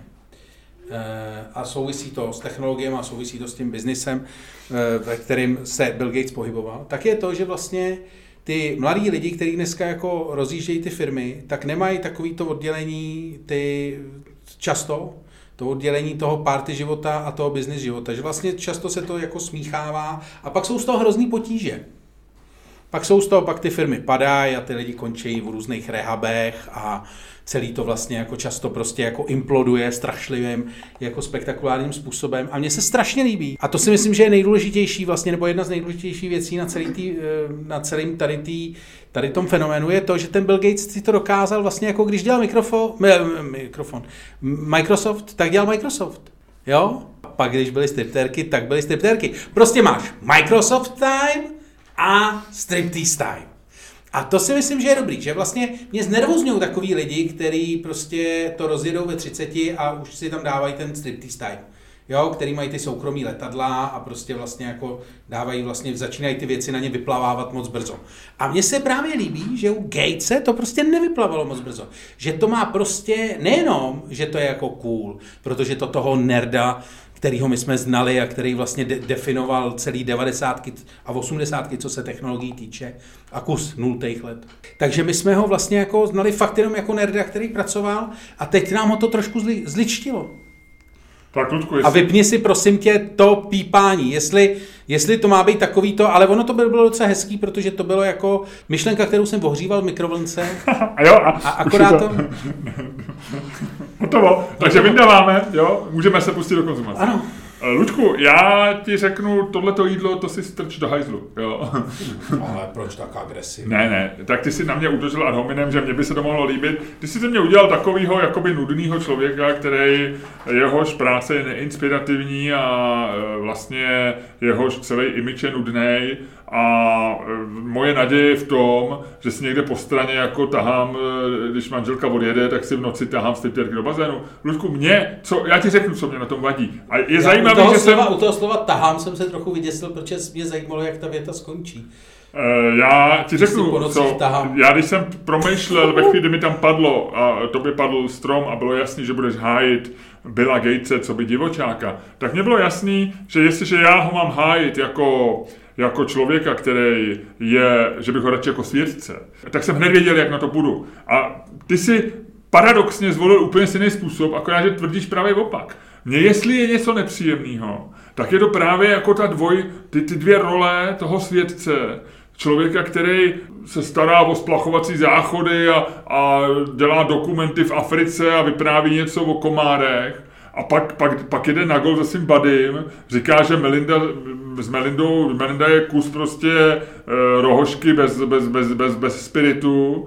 e, a souvisí to s technologiemi a souvisí to s tím biznisem, e, ve kterým se Bill Gates pohyboval, tak je to, že vlastně ty mladí lidi, kteří dneska jako rozjíždějí ty firmy, tak nemají takovýto oddělení ty často, to oddělení toho party života a toho business života, že vlastně často se to jako smíchává a pak jsou z toho hrozný potíže. Pak jsou z toho, pak ty firmy padají a ty lidi končí v různých rehabech a celý to vlastně jako často prostě jako imploduje strašlivým, jako spektakulárním způsobem a mně se strašně líbí. A to si myslím, že je nejdůležitější vlastně, nebo jedna z nejdůležitějších věcí na, celý tý, na celým tady, tý, tady tom fenoménu je to, že ten Bill Gates si to dokázal vlastně jako když dělal mikrofon, mikrofon, Microsoft, tak dělal Microsoft. Jo? A pak když byly striptérky, tak byly striptérky. Prostě máš Microsoft time a striptease time. A to si myslím, že je dobrý, že vlastně mě znervozňují takový lidi, kteří prostě to rozjedou ve třiceti a už si tam dávají ten striptease time. Jo, který mají ty soukromí letadla a prostě vlastně jako dávají vlastně, začínají ty věci na ně vyplavávat moc brzo. A mně se právě líbí, že u Gatese to prostě nevyplavalo moc brzo. Že to má prostě nejenom, že to je jako cool, protože to toho nerda, kterýho my jsme znali a který vlastně de- definoval celý devadesátky a osmdesátky, co se technologií týče, a kus nultých let. Takže my jsme ho vlastně jako znali fakt jenom jako nerda, který pracoval a teď nám ho to trošku zli- zličtilo. Tak, Ludku, jestli... A vypni si prosím tě to pípání, jestli, jestli to má být takový to, ale ono to bylo docela hezký, protože to bylo jako myšlenka, kterou jsem ohříval v mikrovlnce. A jo, a, a akorát to... Hotovo, takže vydáváme, jo, můžeme se pustit do konzumace. Ano. Luďku, já ti řeknu, tohleto jídlo, to si strč do hajzlu, jo. Ale proč tak agresivní? Ne, ne, tak ty si na mě útočil ad hominem, že mě by se to mohlo líbit. Ty jsi ze mě udělal takovýho jakoby nudnýho člověka, který jehož práce je neinspirativní a vlastně jehož celý image je nudnej. A moje naděje je v tom, že si někde po straně jako tahám, když manželka odjede, tak si v noci tahám striptérky do bazénu. Luďku, mě, co, já ti řeknu, co mě na tom vadí. A je zajímavé, že slova, jsem... U toho slova tahám jsem se trochu vyděsil, protože mě zajímalo, jak ta věta skončí. Já ti řeknu, co, já když jsem promýšlel, ve chvíli, kdy mi tam padlo, a tobě padl strom a bylo jasný, že budeš hájit Billa Gatese, co by divočáka, tak mně bylo jasný, že jestliže já ho mám hájit jako... jako člověka, který je, že bych ho radši jako svědce, tak jsem hned věděl, jak na to půjdu. A ty si paradoxně zvolil úplně stejný způsob, akorát, že tvrdíš právě opak. Mně, jestli je něco nepříjemného, tak je to právě jako ta dvoj, ty, ty dvě role toho svědce, člověka, který se stará o splachovací záchody a, a dělá dokumenty v Africe a vypráví něco o komárech, a pak, pak, pak jede na gol se svým budym, říká, že Melinda, s Melindou, Melinda je kus prostě uh, rohošky bez, bez, bez, bez, bez spiritu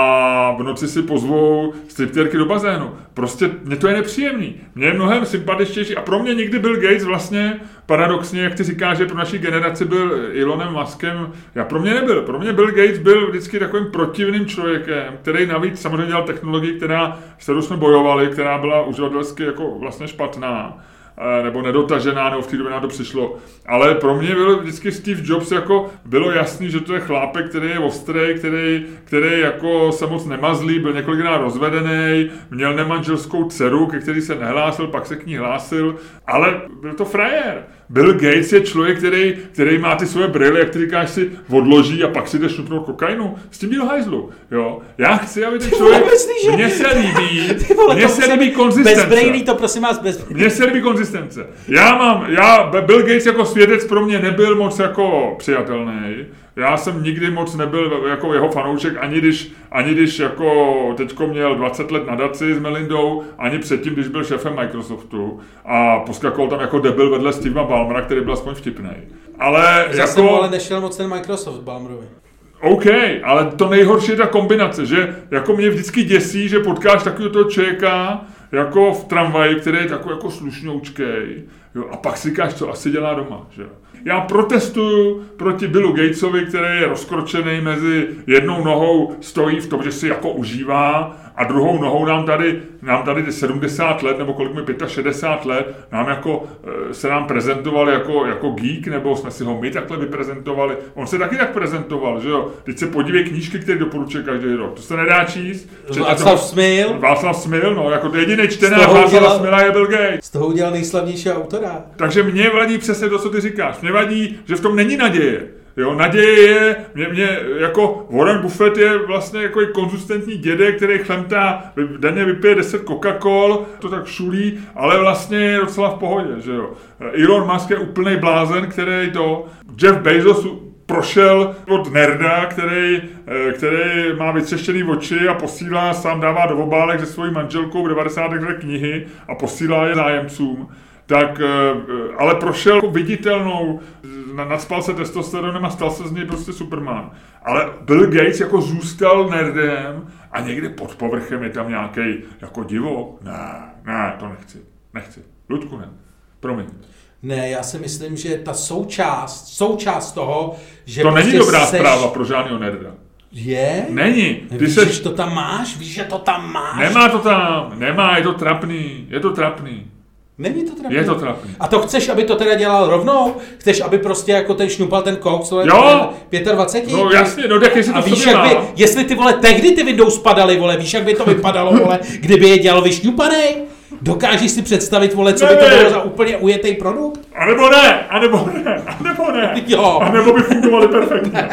a v noci si pozvou striptérky do bazénu. Prostě mě to je nepříjemný. Mně je mnohem sympatičtější a pro mě nikdy Bill Gates vlastně paradoxně, jak ty říkáš, že pro naší generaci byl Elonem Muskem, já pro mě nebyl. Pro mě Bill Gates byl vždycky takovým protivným člověkem, který navíc samozřejmě dělal technologii, která, s kterou jsme bojovali, která byla uživatelsky jako vlastně špatná, nebo nedotažená, nebo v té době nám to přišlo. Ale pro mě byl vždycky Steve Jobs jako, bylo jasný, že to je chlápek, který je ostrej, který, který jako se moc nemazlí, byl několikrát rozvedený, měl nemanželskou dceru, ke který se nehlásil, pak se k ní hlásil, ale byl to frajer. Bill Gates je člověk, který, který má ty svoje brýle, jak ty říkáš, si odloží a pak si jde šupnout kokainu. S tím byl hajzlu, jo. Já chci, aby ten člověk... Mně se líbí, mně se líbí konzistence. Bez brýlí to prosím vás bez brýlí. Mně se líbí konzistence. Já mám, já, Bill Gates jako svědec pro mě nebyl moc jako přijatelný. Já jsem nikdy moc nebyl jako jeho fanoušek, ani když, ani když jako teďko měl dvacet let nadaci s Melindou, ani předtím, když byl šéfem Microsoftu a poskakoval tam jako debil vedle Stevea Ballmera, který byl aspoň vtipnej. Ale zase jako... mu ale nešel moc ten Microsoft Ballmerovi. OK, ale to nejhorší je ta kombinace, že jako mě vždycky děsí, že potkáš takového toho člověka jako v tramvaji, který je takový jako slušnoučkej, jo, a pak si říkáš, co asi dělá doma, že jo. Já protestuju proti Billu Gatesovi, který je rozkročený mezi jednou nohou stojí v tom, že si jako užívá a druhou nohou nám tady, nám tady sedmdesát let, nebo kolik mi šedesát pět let, nám jako, se nám prezentoval jako, jako geek, nebo jsme si ho my takhle vyprezentovali. On se taky tak prezentoval, že jo. Teď se podívej knížky, které doporučuje každý rok. To se nedá číst. Václav Smil. Václav Smil, no, jako jediný čtenář Václava Smila je Bill Gates. Z toho udělal nejslavnějšího autora. Takže mě vadí přesně to, co ty říkáš. Mě vadí, že v tom není naděje. Jo, naděje je, mě, mě jako Warren Buffett je vlastně jako konzistentní dědek, který chlemtá, denně vypije deset Coca-Col, to tak šulí, ale vlastně je docela v pohodě, že jo. Elon Musk je úplnej blázen, který to, Jeff Bezos prošel od nerda, který, který má vytřeštěný oči a posílá, sám dává do obálek se svojí manželkou v devadesátých letech knihy a posílá je zájemcům. Tak, ale prošel jako viditelnou, nadspal se testosteronem a stal se z něj prostě Superman. Ale Bill Gates jako zůstal nerdem a někde pod povrchem je tam nějaký jako divok. Ne, ne, to nechci, nechci. Ludku, ne, promiň. Ne, já si myslím, že ta součást, součást toho, že to prostě není dobrá seš... zpráva pro žádného nerda. Je? Není. Ty víš, seš... že to tam máš? Víš, že to tam máš? Nemá to tam, nemá, je to trapný, je to trapný. Není to trapný. Je to trapný. A to chceš, aby to teda dělal rovnou? Chceš, aby prostě jako ten šnupal ten koks, to je dvacet pět? No jasně, no tak jestli to víš, jak by, jestli ty vole tehdy ty Windows padaly, vole, víš, jak by to vypadalo, vole, kdyby je dělal vyšňupanej? Dokážeš si představit, vole, co ne, by to bylo za úplně ujetý produkt? A nebo ne, a nebo ne, a nebo ne. Jo. A nebo by fungovaly perfektně.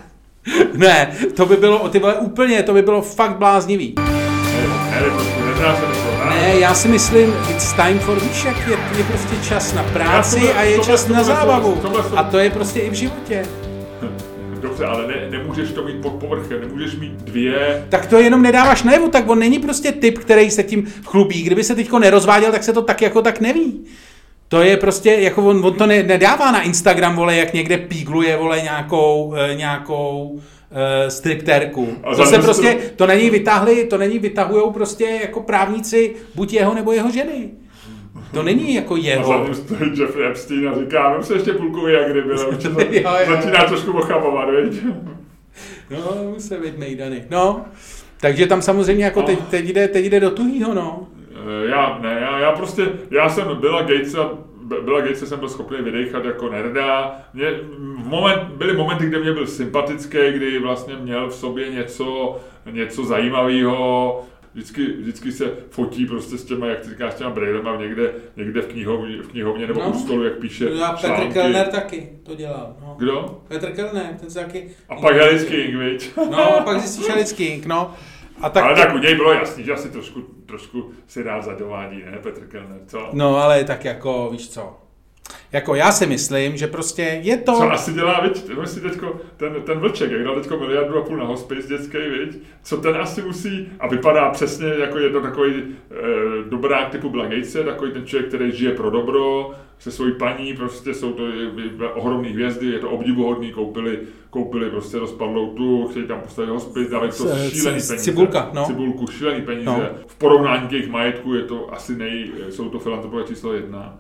Ne, to by bylo, ty vole, úplně, to by bylo fakt bláznivý. Ne, ne, prostě nedá se to. Ne, já si myslím, it's time for víš, jak je, je prostě čas na práci tohle, a je tohle, čas tohle, na zábavu. Tohle, tohle, a to je prostě i v životě. Dobře, ale ne, nemůžeš to mít pod povrchem, nemůžeš mít dvě... Tak to jenom nedáváš najevo, tak on není prostě typ, který se tím chlubí. Kdyby se teďko nerozváděl, tak se to tak jako tak neví. To je prostě, jako on, on to ne, nedává na Instagram, vole, jak někde pígluje, vole, nějakou, e, nějakou e, striptérku. To se prostě, to není vytáhli, to není vytahujou prostě jako právníci buď jeho nebo jeho ženy. To není jako jeho. A za ním stojí Jeffrey Epstein a říká, vem se ještě půlkový, jak kdyby, začíná trošku ochabovat, viď? No, musí být mejdany. No, takže tam samozřejmě jako teď, teď, jde, teď jde do tuhýho, no. Já, ne, já, já prostě, já jsem Billa Gatesa, Billa Gatesa jsem byl schopný vydechat jako nerda. Mě, moment, byly momenty, kde mě byl sympatický, kdy vlastně měl v sobě něco, něco zajímavého. Vždycky, vždycky se fotí prostě s těma, jak ty říkáš, s těma brejlema někde, někde v knihovně, v knihovně nebo no, u stolu, jak píše články. Petr Kellner taky to dělal. No. Kdo? Petr Kellner, ten se taky... A pak Alice King, viď? No, a pak zjistíš Alice King, no. A tak ale tak u něj bylo jasný, že asi trošku, trošku si dál zadovádí, ne, Petr Kellner, co? No, ale tak jako, víš co, Jako já si myslím, že prostě je to... Co asi dělá, viď, si teďko, ten, ten vlček, jak dal teďko miliardu a půl na hospic dětský, viď, co ten asi musí, a vypadá přesně jako jedno takový e, dobrák typu Billa Gatese, takový ten člověk, který žije pro dobro, se svojí paní, prostě jsou to ohromné hvězdy, je to obdivuhodný, koupili, koupili prostě rozpadlou tu, chtějí tam postavit hospic, dávají to šílený peníze. Cibulka, no. Cibulku, šílený peníze. No. V porovnání k jejich majetku je to asi nej, jsou to filantropové číslo jedna.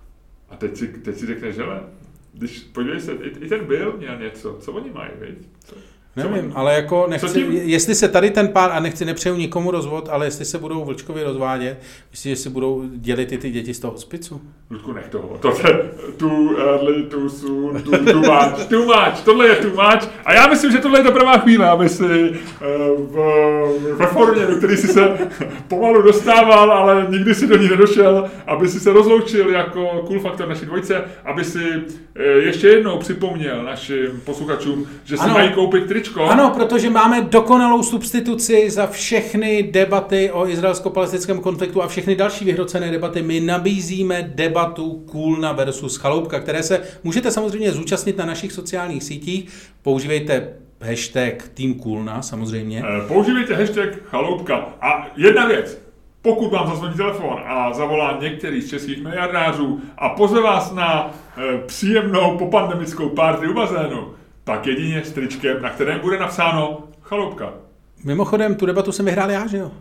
A teď si, teď si řekneš, že když podívej se, i, i ten Bill měl něco, co oni mají, viď? Co? Nevím, ale jako nechci, jestli se tady ten pár, a nechci, nepřeju nikomu rozvod, ale jestli se budou Vlčkovi rozvádět, myslíš, že si budou dělit i ty děti z toho hospicu? Ludku, nech toho. To je tu, early, tu soon, tu, tu much, tu much, tohle je tu much. A já myslím, že tohle je ta pravá chvíle, aby si v, ve formě, do který si se pomalu dostával, ale nikdy si do ní nedošel, aby si se rozloučil jako cool faktor naší dvojce, aby si ještě jednou připomněl našim posluchačům, že si ano. mají koupit tričko. Ano, protože máme dokonalou substituci za všechny debaty o izraelsko-palestinském konfliktu a všechny další vyhrocené debaty. My nabízíme debatu Kulna versus Chaloupka, které se můžete samozřejmě zúčastnit na našich sociálních sítích. Používejte hashtag Team Kulna, samozřejmě. Používejte hashtag Chaloupka. A jedna věc. Pokud vám zazvoní telefon a zavolá některý z českých miliardářů a pozve vás na e, příjemnou popandemickou party u bazénu, tak jedině s tričkem, na kterém bude napsáno Chaloupka. Mimochodem, tu debatu jsem vyhrál já, že jo?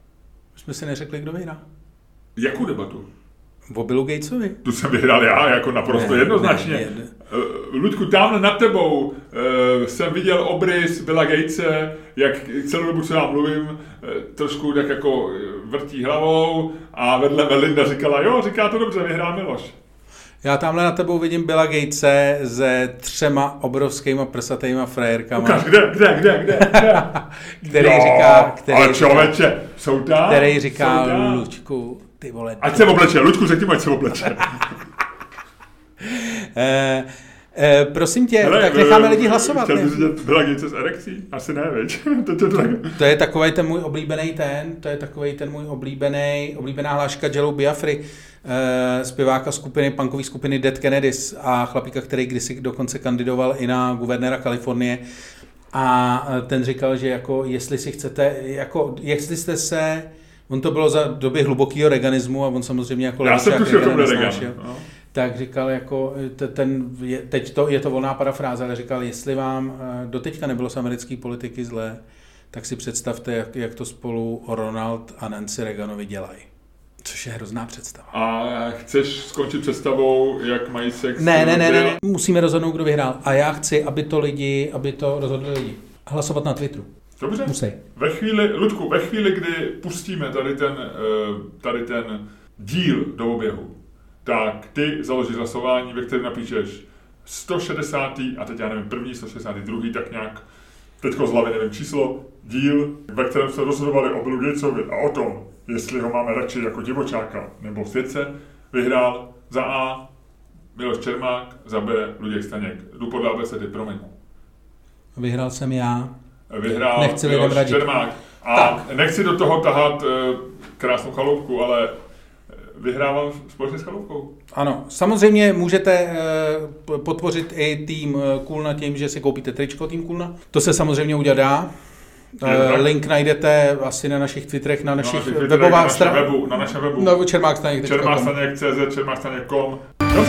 Už jsme si neřekli, kdo vyhrá. Jakou debatu? O Billu Gatesovi. Tu jsem vyhrál já, jako naprosto ne, jednoznačně. Ne, ne, ne. Ludku, tamhle nad tebou uh, jsem viděl obrys Billa Gatese, jak celou dobu, co já mluvím, uh, trošku tak jako vrtí hlavou a vedle Melinda říkala, jo, říká to dobře, vyhrál Miloš. Já tamhle nad tebou vidím Billa Gatese se třema obrovskýma prsatýma frajerkama. Ukaž, kde, kde, kde, kde, kde? který jo, říká, který ale člověče, jsou tam? Který říká, Luďku, ty vole. Ať se obleče, Luďku, řekni mu, ať se obleče. eh, eh, prosím tě, hele, tak necháme lidi hlasovat. Chtěl bys vidět Billa Gatese s erekcí? Asi ne, viď? to, to, to, to je takovej ten můj oblíbený ten, to je takovej ten můj oblíbený, oblíbená hláška Jello Biafry, eh, zpěváka skupiny, punkové skupiny Dead Kennedys a chlapíka, který kdysi dokonce kandidoval i na guvernéra Kalifornie. A ten říkal, že jako jestli si chcete, jako jestli jste se, on to bylo za doby hlubokého reganismu a on samozřejmě jako já jsem tušil tomu Reganu. No. Tak říkal jako, ten, teď to, je to volná parafráze, ale říkal, jestli vám doteďka nebylo z americké politiky zlé, tak si představte, jak, jak to spolu Ronald a Nancy Reaganovi dělají. Což je hrozná představa. A chceš skončit představou, jak mají sex? Ne, ne, ne, ne, ne. Musíme rozhodnout, kdo vyhrál. A já chci, aby to lidi, aby to rozhodli lidi. Hlasovat na Twitteru. Dobře. Musí. Ve chvíli, Ludku, ve chvíli, kdy pustíme tady ten, tady ten díl do oběhu, tak ty založíš hlasování, ve kterém napíšeš sto šedesát a teď já nevím, první, sto šedesát dva, tak nějak, teďko z hlavy nevím číslo, díl, ve kterém se rozhodovali o Billu Gatesovi a o tom, jestli ho máme radši jako divočáka nebo světce, vyhrál za A Miloš Čermák, za B Luděk Staněk. Jdu podle abecedy, promiň. Vyhrál jsem já. Vyhrál nechci Miloš Čermák. A tak. Nechci do toho tahat e, krásnou chaloupku, ale vyhrával společně s chaloupkou. Ano, samozřejmě můžete e, podpořit i tým Kulna tím, že si koupíte tričko tým Kulna. To se samozřejmě udělat dá. Uh, link najdete asi na našich Twitterech, na našich no, webových stran... Na našem webu. No, čermákstaněk tečka com. čermákstaněk tečka cé zet, čermákstaněk tečka com. Dobře.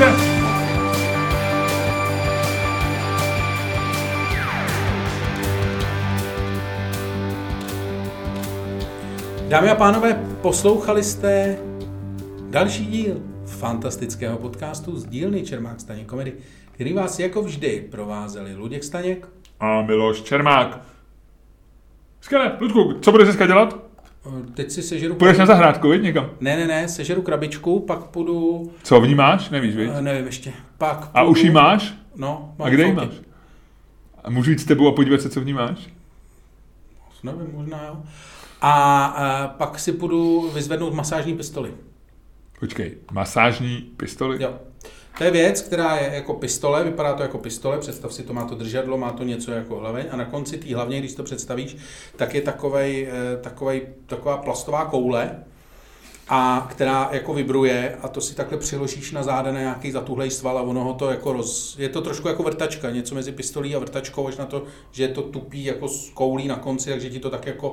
Dámy a pánové, poslouchali jste další díl fantastického podcastu z dílny Čermák Staněk Komedy, který vás jako vždy provázeli Luděk Staněk a Miloš Čermák. Skvěle, Ludku, co budeš dneska dělat? Teď si sežeru... Půjdeš na zahrádku, viď, někam? Ne, ne, ne, sežeru krabičku, pak půjdu... Co, v ní máš? Nevíš, viď? Nevím ještě. Pak půjdu... A už ji máš? No. A kde ji máš? A můžu jít s tebou a podívat se, co v ní máš? Nevím, možná jo. A, a pak si půjdu vyzvednout masážní pistoli. Počkej, masážní pistoli? Jo. To je věc, která je jako pistole, vypadá to jako pistole, představ si to, má to držadlo, má to něco jako hlaveň a na konci té hlavně, když to představíš, tak je takovej, takovej, taková plastová koule a která jako vibruje a to si takhle přiložíš na záda na nějaký zatuhlej sval a ono ho to jako roz... Je to trošku jako vrtačka, něco mezi pistolí a vrtačkou, až na to, že je to tupý jako z koulí na konci, takže ti to tak jako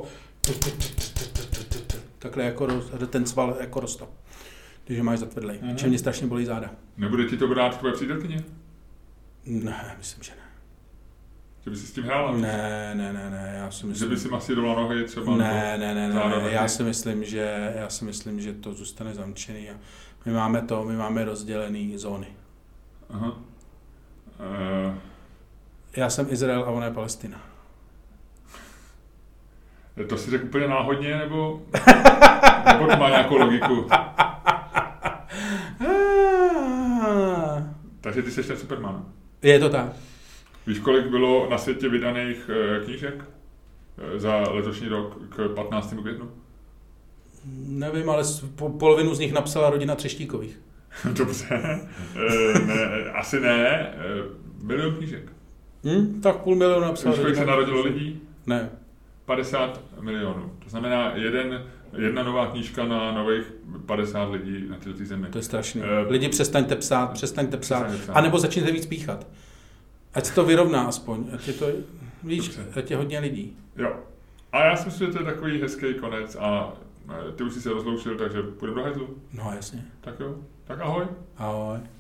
takhle jako roz... ten sval jako roztop. Takže máš zatvrdlej, mm-hmm. Čím mě strašně bolí záda. Nebude ti to brát tvoje přítelkyně? Ne, myslím, že ne. Že by si s tím hrála? Ne, ne, ne, ne, já si myslím... Že by si masírovala nohy třeba? Ne, ne, ne, ne, ne, já si myslím, že, já si myslím, že to zůstane zamčený a my máme to, my máme rozdělený zóny. Aha. Uh... Já jsem Izrael a ona je Palestina. To si řekl úplně náhodně, nebo, nebo to má nějakou logiku? Takže ty jsi ten Superman. Je to tak. Víš, kolik bylo na světě vydaných e, knížek e, za letošní rok k patnáctému květnu? Nevím, ale po, polovinu z nich napsala rodina Třeštíkových. Dobře. E, ne, asi ne. E, milion knížek. Hmm, tak půl milionu napsala. Víš, kolik se narodilo lidí? Ne. padesát milionů. To znamená jeden, jedna nová knížka na nových padesát lidí na této zemi. To je strašné. E, Lidi přestaňte psát, přestaňte psát. Přestaňte psát. A nebo začněte víc píchat. Ať se to vyrovná aspoň. Ať je to, víš, ať je hodně lidí. Jo. A já si myslím, že to je takový hezký konec a ty už jsi se rozloučil, takže půjdeme do hajzlu. No jasně. Tak jo. Tak ahoj. Ahoj.